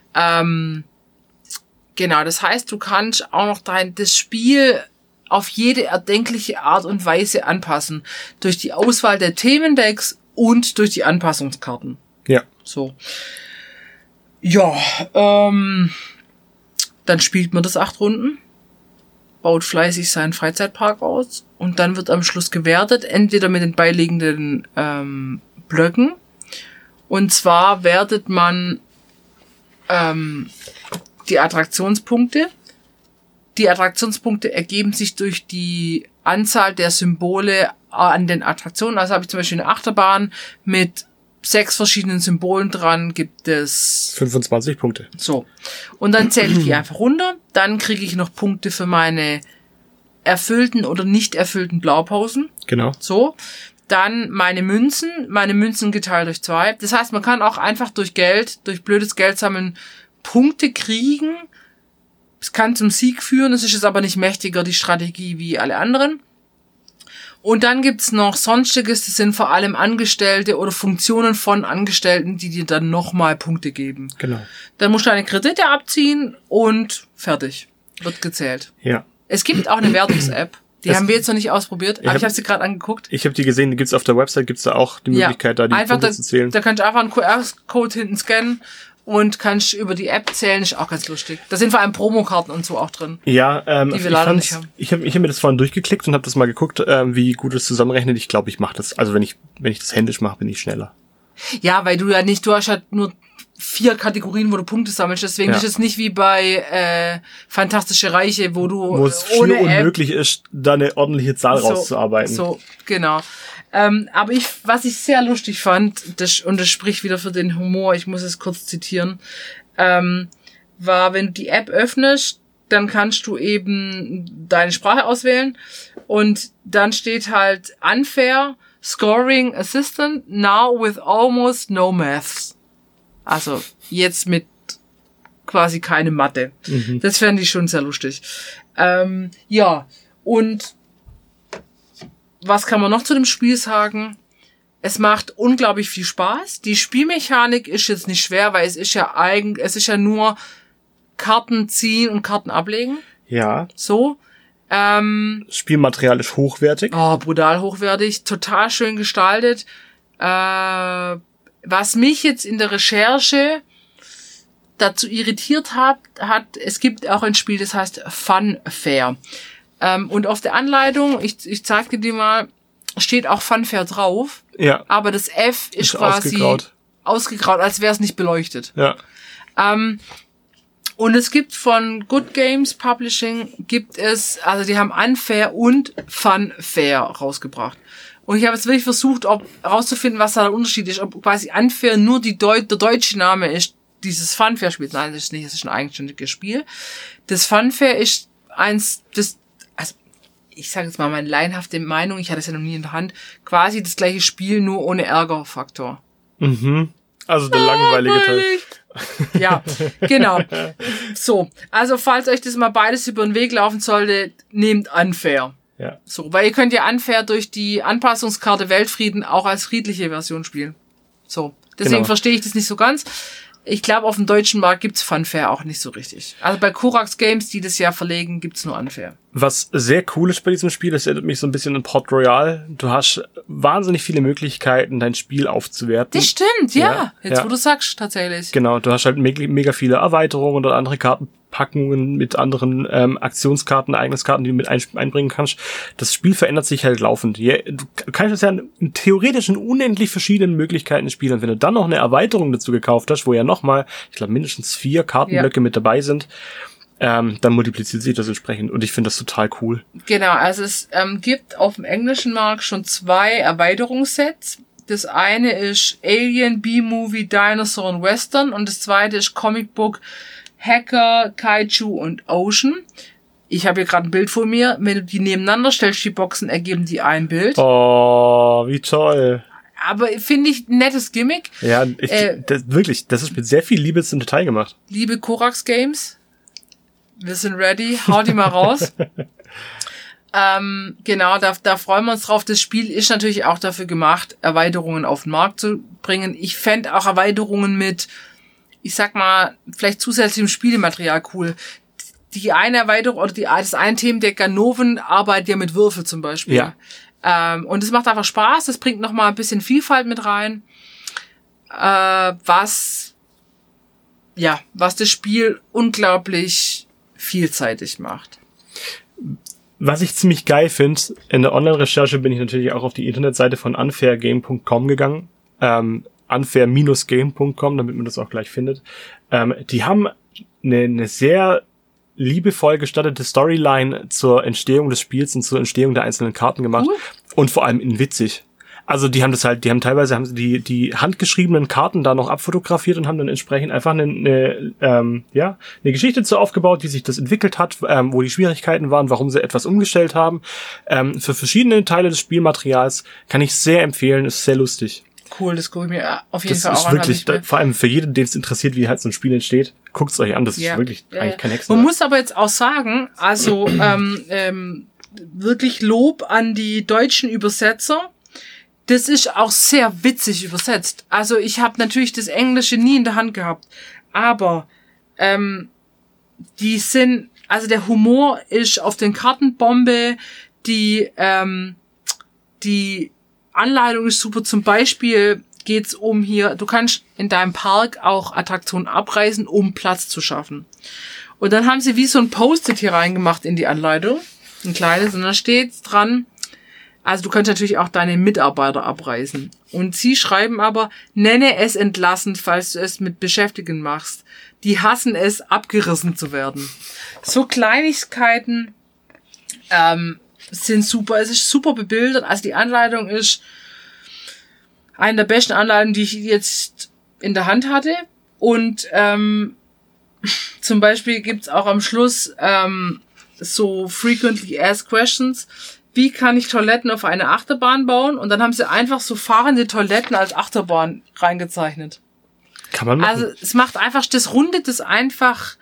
Genau, das heißt, du kannst auch noch das Spiel auf jede erdenkliche Art und Weise anpassen. Durch die Auswahl der Themendecks und durch die Anpassungskarten. Ja. So. Ja, dann spielt man das 8 Runden, baut fleißig seinen Freizeitpark aus und dann wird am Schluss gewertet, entweder mit den beiliegenden Blöcken. Und zwar wertet man die Attraktionspunkte. Die Attraktionspunkte ergeben sich durch die Anzahl der Symbole an den Attraktionen. Also habe ich zum Beispiel eine Achterbahn mit 6 verschiedenen Symbolen dran, gibt es 25 Punkte. So. Und dann zähle ich die einfach runter. Dann kriege ich noch Punkte für meine erfüllten oder nicht erfüllten Blaupausen. Genau. So. Dann meine Münzen geteilt durch 2. Das heißt, man kann auch einfach durch blödes Geld sammeln, Punkte kriegen. Es kann zum Sieg führen, es ist jetzt aber nicht mächtiger, die Strategie, wie alle anderen. Und dann gibt's noch Sonstiges, das sind vor allem Angestellte oder Funktionen von Angestellten, die dir dann nochmal Punkte geben. Genau. Dann musst du deine Kredite abziehen und fertig. Wird gezählt. Ja. Es gibt auch eine Wertungs-App. Die haben wir jetzt noch nicht ausprobiert, aber ich habe sie gerade angeguckt. Ich habe die gesehen, die gibt's auf der Website, gibt's da auch die Möglichkeit, da die Punkte zu zählen. Da kannst du einfach einen QR-Code hinten scannen und kannst über die App zählen, ist auch ganz lustig. Da sind vor allem Promokarten und so auch drin. Ja, die wir leider nicht haben. Ich hab mir das vorhin durchgeklickt und habe das mal geguckt, wie gut es zusammenrechnet. Ich glaube, ich mache das. Also wenn ich das händisch mache, bin ich schneller. Ja, weil du hast halt nur 4 Kategorien, wo du Punkte sammelst. Deswegen ist es nicht wie bei Fantastische Reiche, wo es ohne unmöglich ist, da eine ordentliche Zahl rauszuarbeiten. So, genau. Aber was ich sehr lustig fand, und das spricht wieder für den Humor, ich muss es kurz zitieren, war, wenn du die App öffnest, dann kannst du eben deine Sprache auswählen und dann steht halt Unfair Scoring Assistant now with almost no maths. Also jetzt mit quasi keine Mathe. Mhm. Das fände ich schon sehr lustig. Ja, und was kann man noch zu dem Spiel sagen? Es macht unglaublich viel Spaß. Die Spielmechanik ist jetzt nicht schwer, weil es ist ja nur Karten ziehen und Karten ablegen. Ja. So. Spielmaterial ist hochwertig. Oh, brutal hochwertig. Total schön gestaltet. Was mich jetzt in der Recherche dazu irritiert hat, es gibt auch ein Spiel, das heißt Funfair. Und auf der Anleitung, ich zeig dir mal, steht auch Funfair drauf. Ja. Aber das F ist quasi ausgegraut, als wäre es nicht beleuchtet. Ja. Und es gibt von Good Games Publishing also die haben Unfair und Funfair rausgebracht. Und ich habe jetzt wirklich versucht, rauszufinden, was da der Unterschied ist, ob quasi Unfair nur der deutsche Name ist, dieses Funfair-Spiels. Nein, das ist nicht, das ist ein eigenständiges Spiel. Das Funfair ist ich sage jetzt mal meine laienhafte Meinung, ich hatte es ja noch nie in der Hand, quasi das gleiche Spiel, nur ohne Ärgerfaktor. Mhm. Also der langweilige Teil. Ja, genau. So, also falls euch das mal beides über den Weg laufen sollte, nehmt Unfair. Ja. So, weil ihr könnt ja Unfair durch die Anpassungskarte Weltfrieden auch als friedliche Version spielen. So, deswegen verstehe ich das nicht so ganz. Ich glaube, auf dem deutschen Markt gibt's Funfair auch nicht so richtig. Also bei Korax Games, die das ja verlegen, gibt's nur Unfair. Was sehr cool ist bei diesem Spiel, das erinnert mich so ein bisschen an Port Royal. Du hast wahnsinnig viele Möglichkeiten, dein Spiel aufzuwerten. Das stimmt, ja. Jetzt, wo du sagst, tatsächlich. Genau, du hast halt mega viele Erweiterungen oder andere Kartenpackungen mit anderen Aktionskarten, Ereigniskarten, die du mit einbringen kannst. Das Spiel verändert sich halt laufend. Du kannst es ja in theoretischen unendlich verschiedenen Möglichkeiten spielen. Und wenn du dann noch eine Erweiterung dazu gekauft hast, wo ja nochmal, ich glaube, mindestens 4 Kartenblöcke mit dabei sind, dann multipliziert sich das entsprechend und ich finde das total cool. Genau, also es gibt auf dem englischen Markt schon 2 Erweiterungssets. Das eine ist Alien, B-Movie, Dinosaur und Western und das zweite ist Comic Book, Hacker, Kaiju und Ocean. Ich habe hier gerade ein Bild vor mir. Wenn du die nebeneinander stellst, die Boxen, ergeben die ein Bild. Oh, wie toll. Aber finde ich ein nettes Gimmick. Ja, wirklich, das ist mit sehr viel Liebe zum Detail gemacht. Liebe Korax Games, wir sind ready, hau die mal raus. Genau, da freuen wir uns drauf. Das Spiel ist natürlich auch dafür gemacht, Erweiterungen auf den Markt zu bringen. Ich fände auch Erweiterungen mit, ich sag mal, vielleicht zusätzlichem Spielematerial cool. Die eine Erweiterung oder das eine Themendeck Ganoven arbeitet ja mit Würfel zum Beispiel. Ja. Und es macht einfach Spaß, das bringt nochmal ein bisschen Vielfalt mit rein, was das Spiel unglaublich vielseitig macht. Was ich ziemlich geil finde, in der Online-Recherche bin ich natürlich auch auf die Internetseite von unfairgame.com gegangen, unfair-game.com, damit man das auch gleich findet. Die haben eine sehr liebevoll gestattete Storyline zur Entstehung des Spiels und zur Entstehung der einzelnen Karten gemacht und vor allem in witzig. Also die haben teilweise die handgeschriebenen Karten da noch abfotografiert und haben dann entsprechend einfach eine Geschichte dazu aufgebaut, wie sich das entwickelt hat, wo die Schwierigkeiten waren, warum sie etwas umgestellt haben. Für verschiedene Teile des Spielmaterials kann ich sehr empfehlen, ist sehr lustig. Cool, das gucke ich mir auf jeden Fall auch an. Das ist wirklich, vor allem für jeden, den es interessiert, wie halt so ein Spiel entsteht, guckt's euch an, das ist wirklich eigentlich kein Hexenwerk. Man muss aber jetzt auch sagen, also wirklich Lob an die deutschen Übersetzer. Das ist auch sehr witzig übersetzt. Also ich habe natürlich das Englische nie in der Hand gehabt, aber der Humor ist auf den Karten Bombe, die Anleitung ist super. Zum Beispiel geht's um hier, du kannst in deinem Park auch Attraktionen abreißen, um Platz zu schaffen. Und dann haben sie wie so ein Post-it hier reingemacht in die Anleitung, ein kleines, und da steht dran, also du kannst natürlich auch deine Mitarbeiter abreißen. Und sie schreiben aber, nenne es entlassend, falls du es mit Beschäftigten machst. Die hassen es, abgerissen zu werden. So Kleinigkeiten sind super. Es ist super bebildert. Also die Anleitung ist eine der besten Anleitungen, die ich jetzt in der Hand hatte. Und zum Beispiel gibt's auch am Schluss so Frequently Asked Questions. Wie kann ich Toiletten auf eine Achterbahn bauen? Und dann haben sie einfach so fahrende Toiletten als Achterbahn reingezeichnet. Kann man machen. Also es macht einfach, das rundet es einfach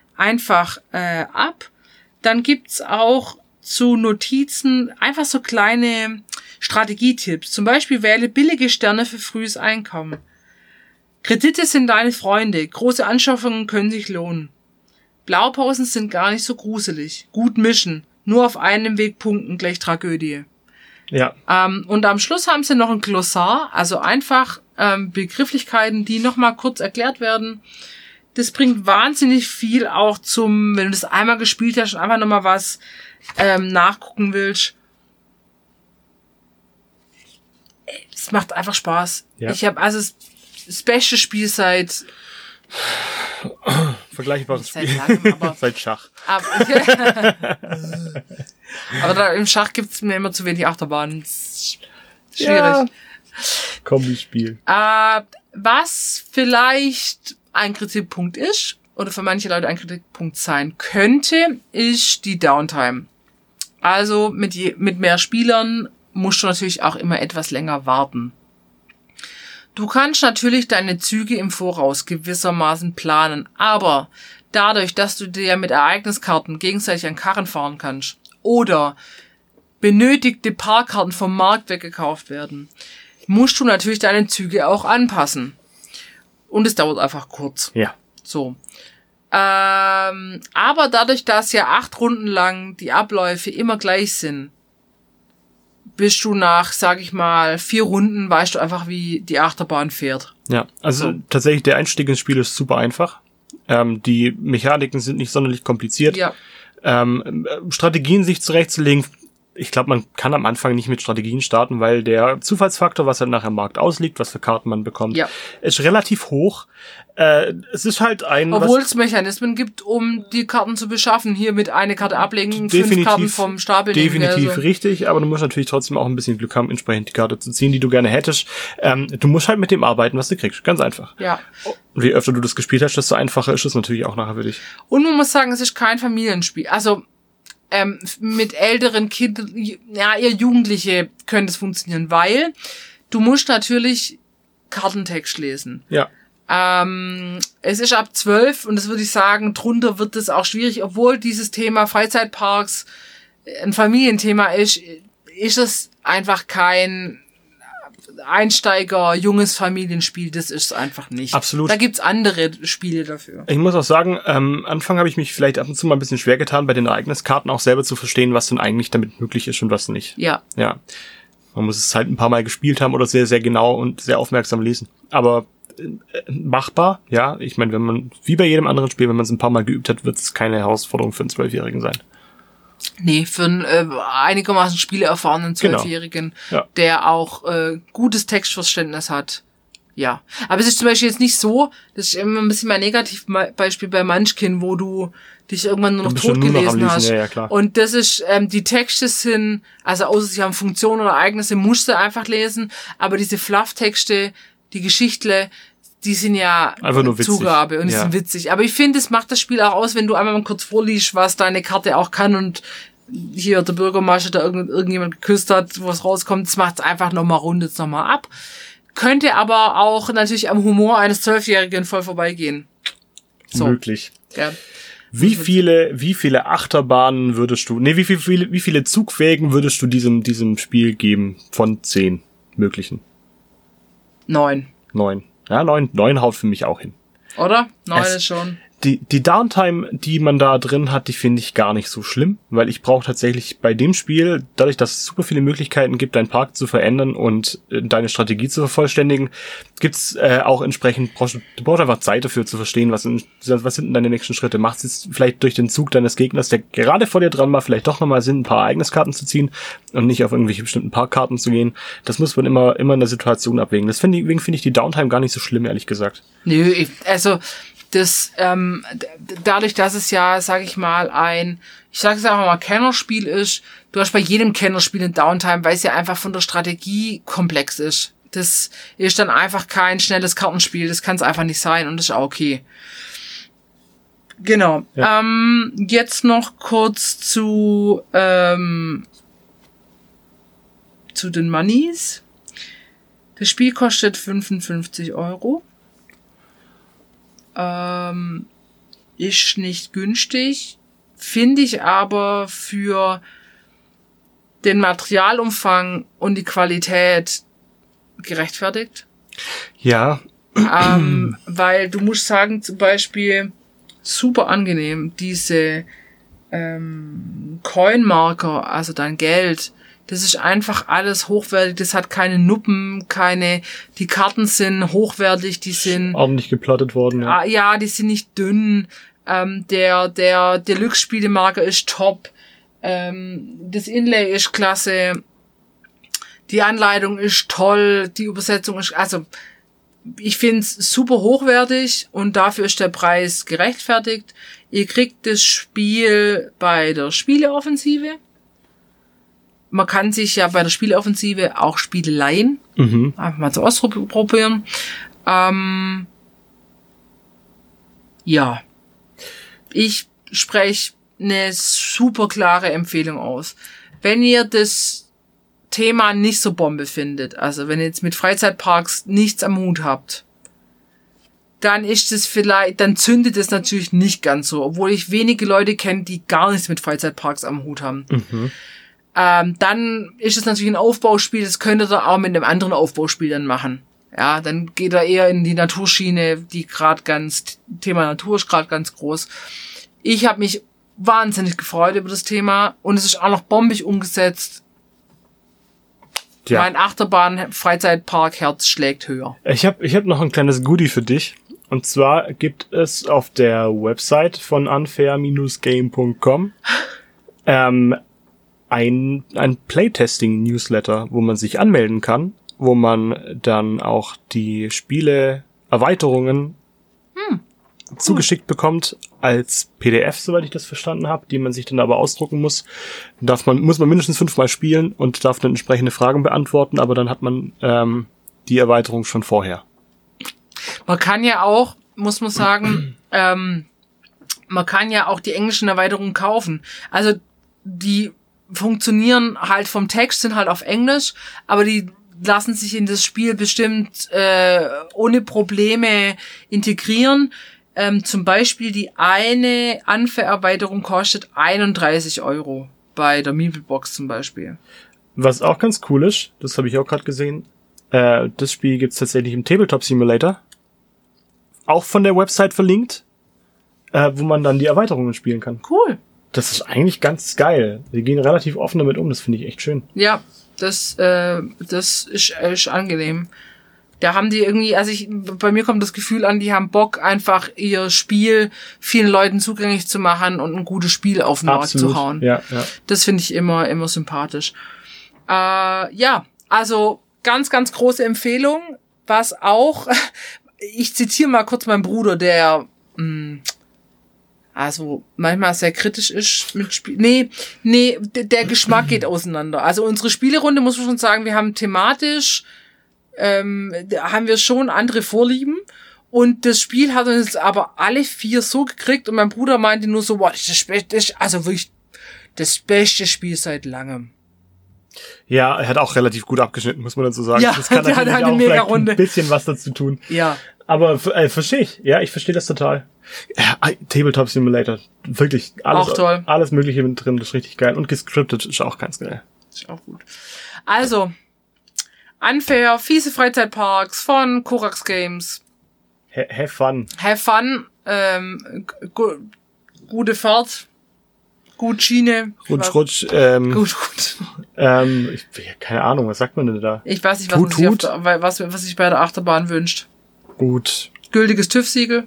ab. Dann gibt's auch zu Notizen einfach so kleine Strategietipps. Zum Beispiel wähle billige Sterne für frühes Einkommen. Kredite sind deine Freunde. Große Anschaffungen können sich lohnen. Blaupausen sind gar nicht so gruselig. Gut mischen. Nur auf einem Weg punkten gleich Tragödie. Ja. Und am Schluss haben sie noch ein Glossar, also einfach Begrifflichkeiten, die nochmal kurz erklärt werden. Das bringt wahnsinnig viel auch wenn du das einmal gespielt hast und einfach nochmal was nachgucken willst. Es macht einfach Spaß. Ja. Ich habe das beste Spiel seit vergleichbares Spiel. Seit Schach. Aber im Schach gibt's mir immer zu wenig Achterbahnen. Schwierig. Ja. Kombispiel. Was vielleicht ein Kritikpunkt ist, oder für manche Leute ein Kritikpunkt sein könnte, ist die Downtime. Also mit mehr Spielern musst du natürlich auch immer etwas länger warten. Du kannst natürlich deine Züge im Voraus gewissermaßen planen, aber dadurch, dass du dir mit Ereigniskarten gegenseitig an Karren fahren kannst oder benötigte Parkkarten vom Markt weggekauft werden, musst du natürlich deine Züge auch anpassen. Und es dauert einfach kurz. Ja. So. Aber dadurch, dass ja 8 Runden lang die Abläufe immer gleich sind, bist du nach, sag ich mal, 4 Runden, weißt du einfach, wie die Achterbahn fährt. Ja, also tatsächlich der Einstieg ins Spiel ist super einfach. Die Mechaniken sind nicht sonderlich kompliziert. Ja. Strategien sich zurechtzulegen, ich glaube, man kann am Anfang nicht mit Strategien starten, weil der Zufallsfaktor, was halt nachher im Markt ausliegt, was für Karten man bekommt, ist relativ hoch. Es ist halt obwohl es Mechanismen gibt, um die Karten zu beschaffen. Hier mit eine Karte ablegen, 5 Karten vom Stapel nehmen. Definitiv richtig, aber du musst natürlich trotzdem auch ein bisschen Glück haben, entsprechend die Karte zu ziehen, die du gerne hättest. Du musst halt mit dem arbeiten, was du kriegst. Ganz einfach. Ja. Und je öfter du das gespielt hast, desto einfacher ist es natürlich auch nachher für dich. Und man muss sagen, es ist kein Familienspiel. Also mit älteren Kindern, ja, eher Jugendliche können das funktionieren, weil du musst natürlich Kartentext lesen. Ja. Es ist ab 12 und das würde ich sagen, drunter wird es auch schwierig, obwohl dieses Thema Freizeitparks ein Familienthema ist es einfach kein Einsteiger, junges Familienspiel, das ist es einfach nicht. Absolut. Da gibt's andere Spiele dafür. Ich muss auch sagen, am Anfang habe ich mich vielleicht ab und zu mal ein bisschen schwer getan, bei den Ereigniskarten auch selber zu verstehen, was denn eigentlich damit möglich ist und was nicht. Ja. Ja. Man muss es halt ein paar Mal gespielt haben oder sehr, sehr genau und sehr aufmerksam lesen. Aber machbar, ja. Ich meine, wenn man, wie bei jedem anderen Spiel, wenn man es ein paar Mal geübt hat, wird es keine Herausforderung für einen 12-Jährigen sein. Nee, für einen einigermaßen spieleerfahrenen 12-Jährigen, der auch gutes Textverständnis hat. Ja. Aber es ist zum Beispiel jetzt nicht so, das ist immer ein bisschen mein Negativbeispiel bei Munchkin, wo du dich irgendwann nur noch tot gelesen hast. Ja, klar. Und das ist, die Texte sind, also außer sie haben Funktionen oder Ereignisse, musst du einfach lesen, aber diese Fluff-Texte, die Geschichtle, die sind ja einfach nur witzig. Zugabe und die sind witzig. Aber ich finde, es macht das Spiel auch aus, wenn du einmal mal kurz vorliest, was deine Karte auch kann und hier der Bürgermeister da irgendjemand geküsst hat, wo es rauskommt, das macht es einfach nochmal, rundet es nochmal ab. Könnte aber auch natürlich am Humor eines 12-Jährigen voll vorbeigehen. So. Möglich. Ja. Wie viele Achterbahnen würdest du, wie viele Zugwägen würdest du diesem Spiel geben von 10 möglichen? 9. Ja, 9 haut für mich auch hin. Oder? 9 ist schon. Die Downtime, die man da drin hat, die finde ich gar nicht so schlimm, weil ich brauche tatsächlich bei dem Spiel, dadurch, dass es super viele Möglichkeiten gibt, deinen Park zu verändern und deine Strategie zu vervollständigen, gibt's auch entsprechend, du brauchst einfach Zeit dafür zu verstehen, was sind denn deine nächsten Schritte. Macht es jetzt vielleicht durch den Zug deines Gegners, der gerade vor dir dran war, vielleicht doch nochmal Sinn, ein paar Ereigniskarten zu ziehen und nicht auf irgendwelche bestimmten Parkkarten zu gehen. Das muss man immer in der Situation abwägen. Deswegen finde ich die Downtime gar nicht so schlimm, ehrlich gesagt. Nö, also das, dadurch, dass es ja, sag ich mal, ich sage es einfach mal, Kennerspiel ist, du hast bei jedem Kennerspiel eine Downtime, weil es ja einfach von der Strategie komplex ist. Das ist dann einfach kein schnelles Kartenspiel, das kann es einfach nicht sein und das ist auch okay. Genau. Ja. Jetzt noch kurz zu den Moneys. Das Spiel kostet 55 €. Ist nicht günstig, finde ich aber für den Materialumfang und die Qualität gerechtfertigt. Ja. Weil du musst sagen, zum Beispiel, super angenehm, diese Coin-Marker, also dein Geld, das ist einfach alles hochwertig, das hat keine Nuppen, die Karten sind hochwertig, die sind ordentlich geplottet worden, ja. Ja, die sind nicht dünn, der Deluxe-Spielemarker ist top, das Inlay ist klasse, die Anleitung ist toll, die Übersetzung ist, also, ich find's super hochwertig und dafür ist der Preis gerechtfertigt. Ihr kriegt das Spiel bei der Spieleoffensive. Man kann sich ja bei der Spieleoffensive auch Spiele leihen. Einfach mal zu ausprobieren. Ja. Ich spreche eine super klare Empfehlung aus. Wenn ihr das Thema nicht so Bombe findet, also wenn ihr jetzt mit Freizeitparks nichts am Hut habt, dann dann zündet es natürlich nicht ganz so, obwohl ich wenige Leute kenne, die gar nichts mit Freizeitparks am Hut haben. Dann ist es natürlich ein Aufbauspiel, das könntet ihr auch mit einem anderen Aufbauspiel dann machen. Ja, dann geht er eher in die Naturschiene, Thema Natur ist gerade ganz groß. Ich habe mich wahnsinnig gefreut über das Thema und es ist auch noch bombig umgesetzt. Ja. Mein Achterbahn-Freizeitpark-Herz schlägt höher. Ich hab noch ein kleines Goodie für dich. Und zwar gibt es auf der Website von unfair-game.com ein Playtesting-Newsletter, wo man sich anmelden kann, wo man dann auch die Spiele-Erweiterungen zugeschickt bekommt als PDF, soweit ich das verstanden habe, die man sich dann aber ausdrucken muss. Muss man mindestens 5-mal spielen und darf dann entsprechende Fragen beantworten, aber dann hat man die Erweiterung schon vorher. Man kann ja auch, muss man sagen, man kann ja auch die englischen Erweiterungen kaufen. Also die funktionieren halt vom Text, sind halt auf Englisch, aber die lassen sich in das Spiel bestimmt ohne Probleme integrieren. Zum Beispiel die eine Unfair-Erweiterung kostet 31 € bei der Meeplebox zum Beispiel. Was auch ganz cool ist, das habe ich auch gerade gesehen, das Spiel gibt's tatsächlich im Tabletop Simulator. Auch von der Website verlinkt, wo man dann die Erweiterungen spielen kann. Cool. Das ist eigentlich ganz geil. Die gehen relativ offen damit um, das finde ich echt schön. Ja, das ist angenehm. Da haben die irgendwie, bei mir kommt das Gefühl an, die haben Bock, einfach ihr Spiel vielen Leuten zugänglich zu machen und ein gutes Spiel auf den Markt zu hauen. Ja. Das finde ich immer sympathisch. Ja, also ganz, ganz große Empfehlung. Was auch, ich zitiere mal kurz meinen Bruder, der manchmal sehr kritisch ist mit Spielen. Nee, der Geschmack geht auseinander. Also unsere Spielerunde, muss man schon sagen, wir haben thematisch haben wir schon andere Vorlieben und das Spiel hat uns aber alle 4 so gekriegt und mein Bruder meinte nur so, das ist also wirklich das beste Spiel seit langem. Ja, er hat auch relativ gut abgeschnitten, muss man dazu sagen. Ja, das kann der hat eine auch mega Runde. Ein bisschen was dazu tun. Ja. Aber verstehe ich. Ja, ich verstehe das total. Ja, Tabletop Simulator, wirklich alles, auch toll. Alles Mögliche mit drin, das ist richtig geil. Und gescriptet ist auch ganz geil. Ist auch gut. Also, Unfair, fiese Freizeitparks von Korax Games. Have fun. Have fun. Gute Fahrt. Gut Schiene. Rutsch. Gut. Keine Ahnung, was sagt man denn da? Ich weiß nicht, was sich bei der Achterbahn wünscht. Gut. Gültiges TÜV-Siegel.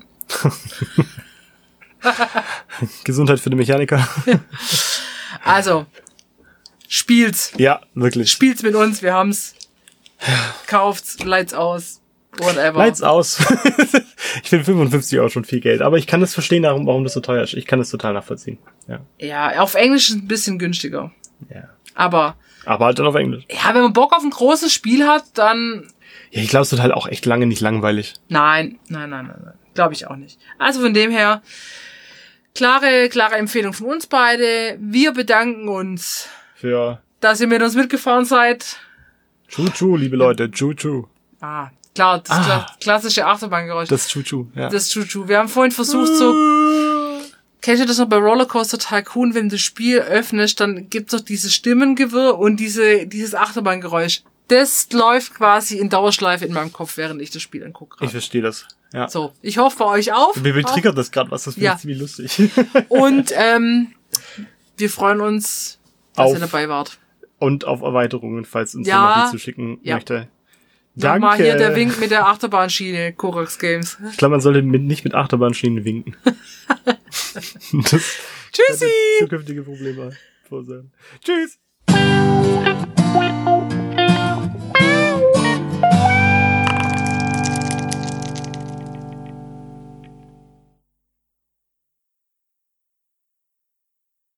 Gesundheit für den Mechaniker. Also, spielt's. Ja, wirklich. Spielt's mit uns, wir haben's. Kauft's, Lights aus, whatever. Lights aus. Ich finde 55 € schon viel Geld, aber ich kann das verstehen, warum das so teuer ist. Ich kann das total nachvollziehen. Ja, auf Englisch ist es ein bisschen günstiger. Ja. Aber halt dann auf Englisch. Ja, wenn man Bock auf ein großes Spiel hat, dann... Ja, ich glaube, es wird halt auch echt lange nicht langweilig. Nein. Glaube ich auch nicht. Also von dem her, klare Empfehlung von uns beide. Wir bedanken uns, dass ihr mit uns mitgefahren seid. Choo-choo, liebe Leute, choo-choo. Ah, klar, das klassische Achterbahngeräusch. Das Choo-choo, ja. Das Choo-choo. Wir haben vorhin versucht, kennt ihr das noch bei Rollercoaster Tycoon, wenn du das Spiel öffnest, dann gibt's doch dieses Stimmengewirr und dieses Achterbahngeräusch. Das läuft quasi in Dauerschleife in meinem Kopf, während ich das Spiel angucke. Ich verstehe das, ja. So, ich hoffe bei euch auch. Mir triggert das gerade was, das finde ich ziemlich lustig. Und wir freuen uns, dass ihr dabei wart. Und auf Erweiterungen, falls uns jemand die zuschicken möchte. Danke. Nochmal hier der Wink mit der Achterbahnschiene, Korax Games. Ich glaube, man sollte nicht mit Achterbahnschienen winken. Tschüssi! Zukünftige Probleme vorsehen. Tschüss!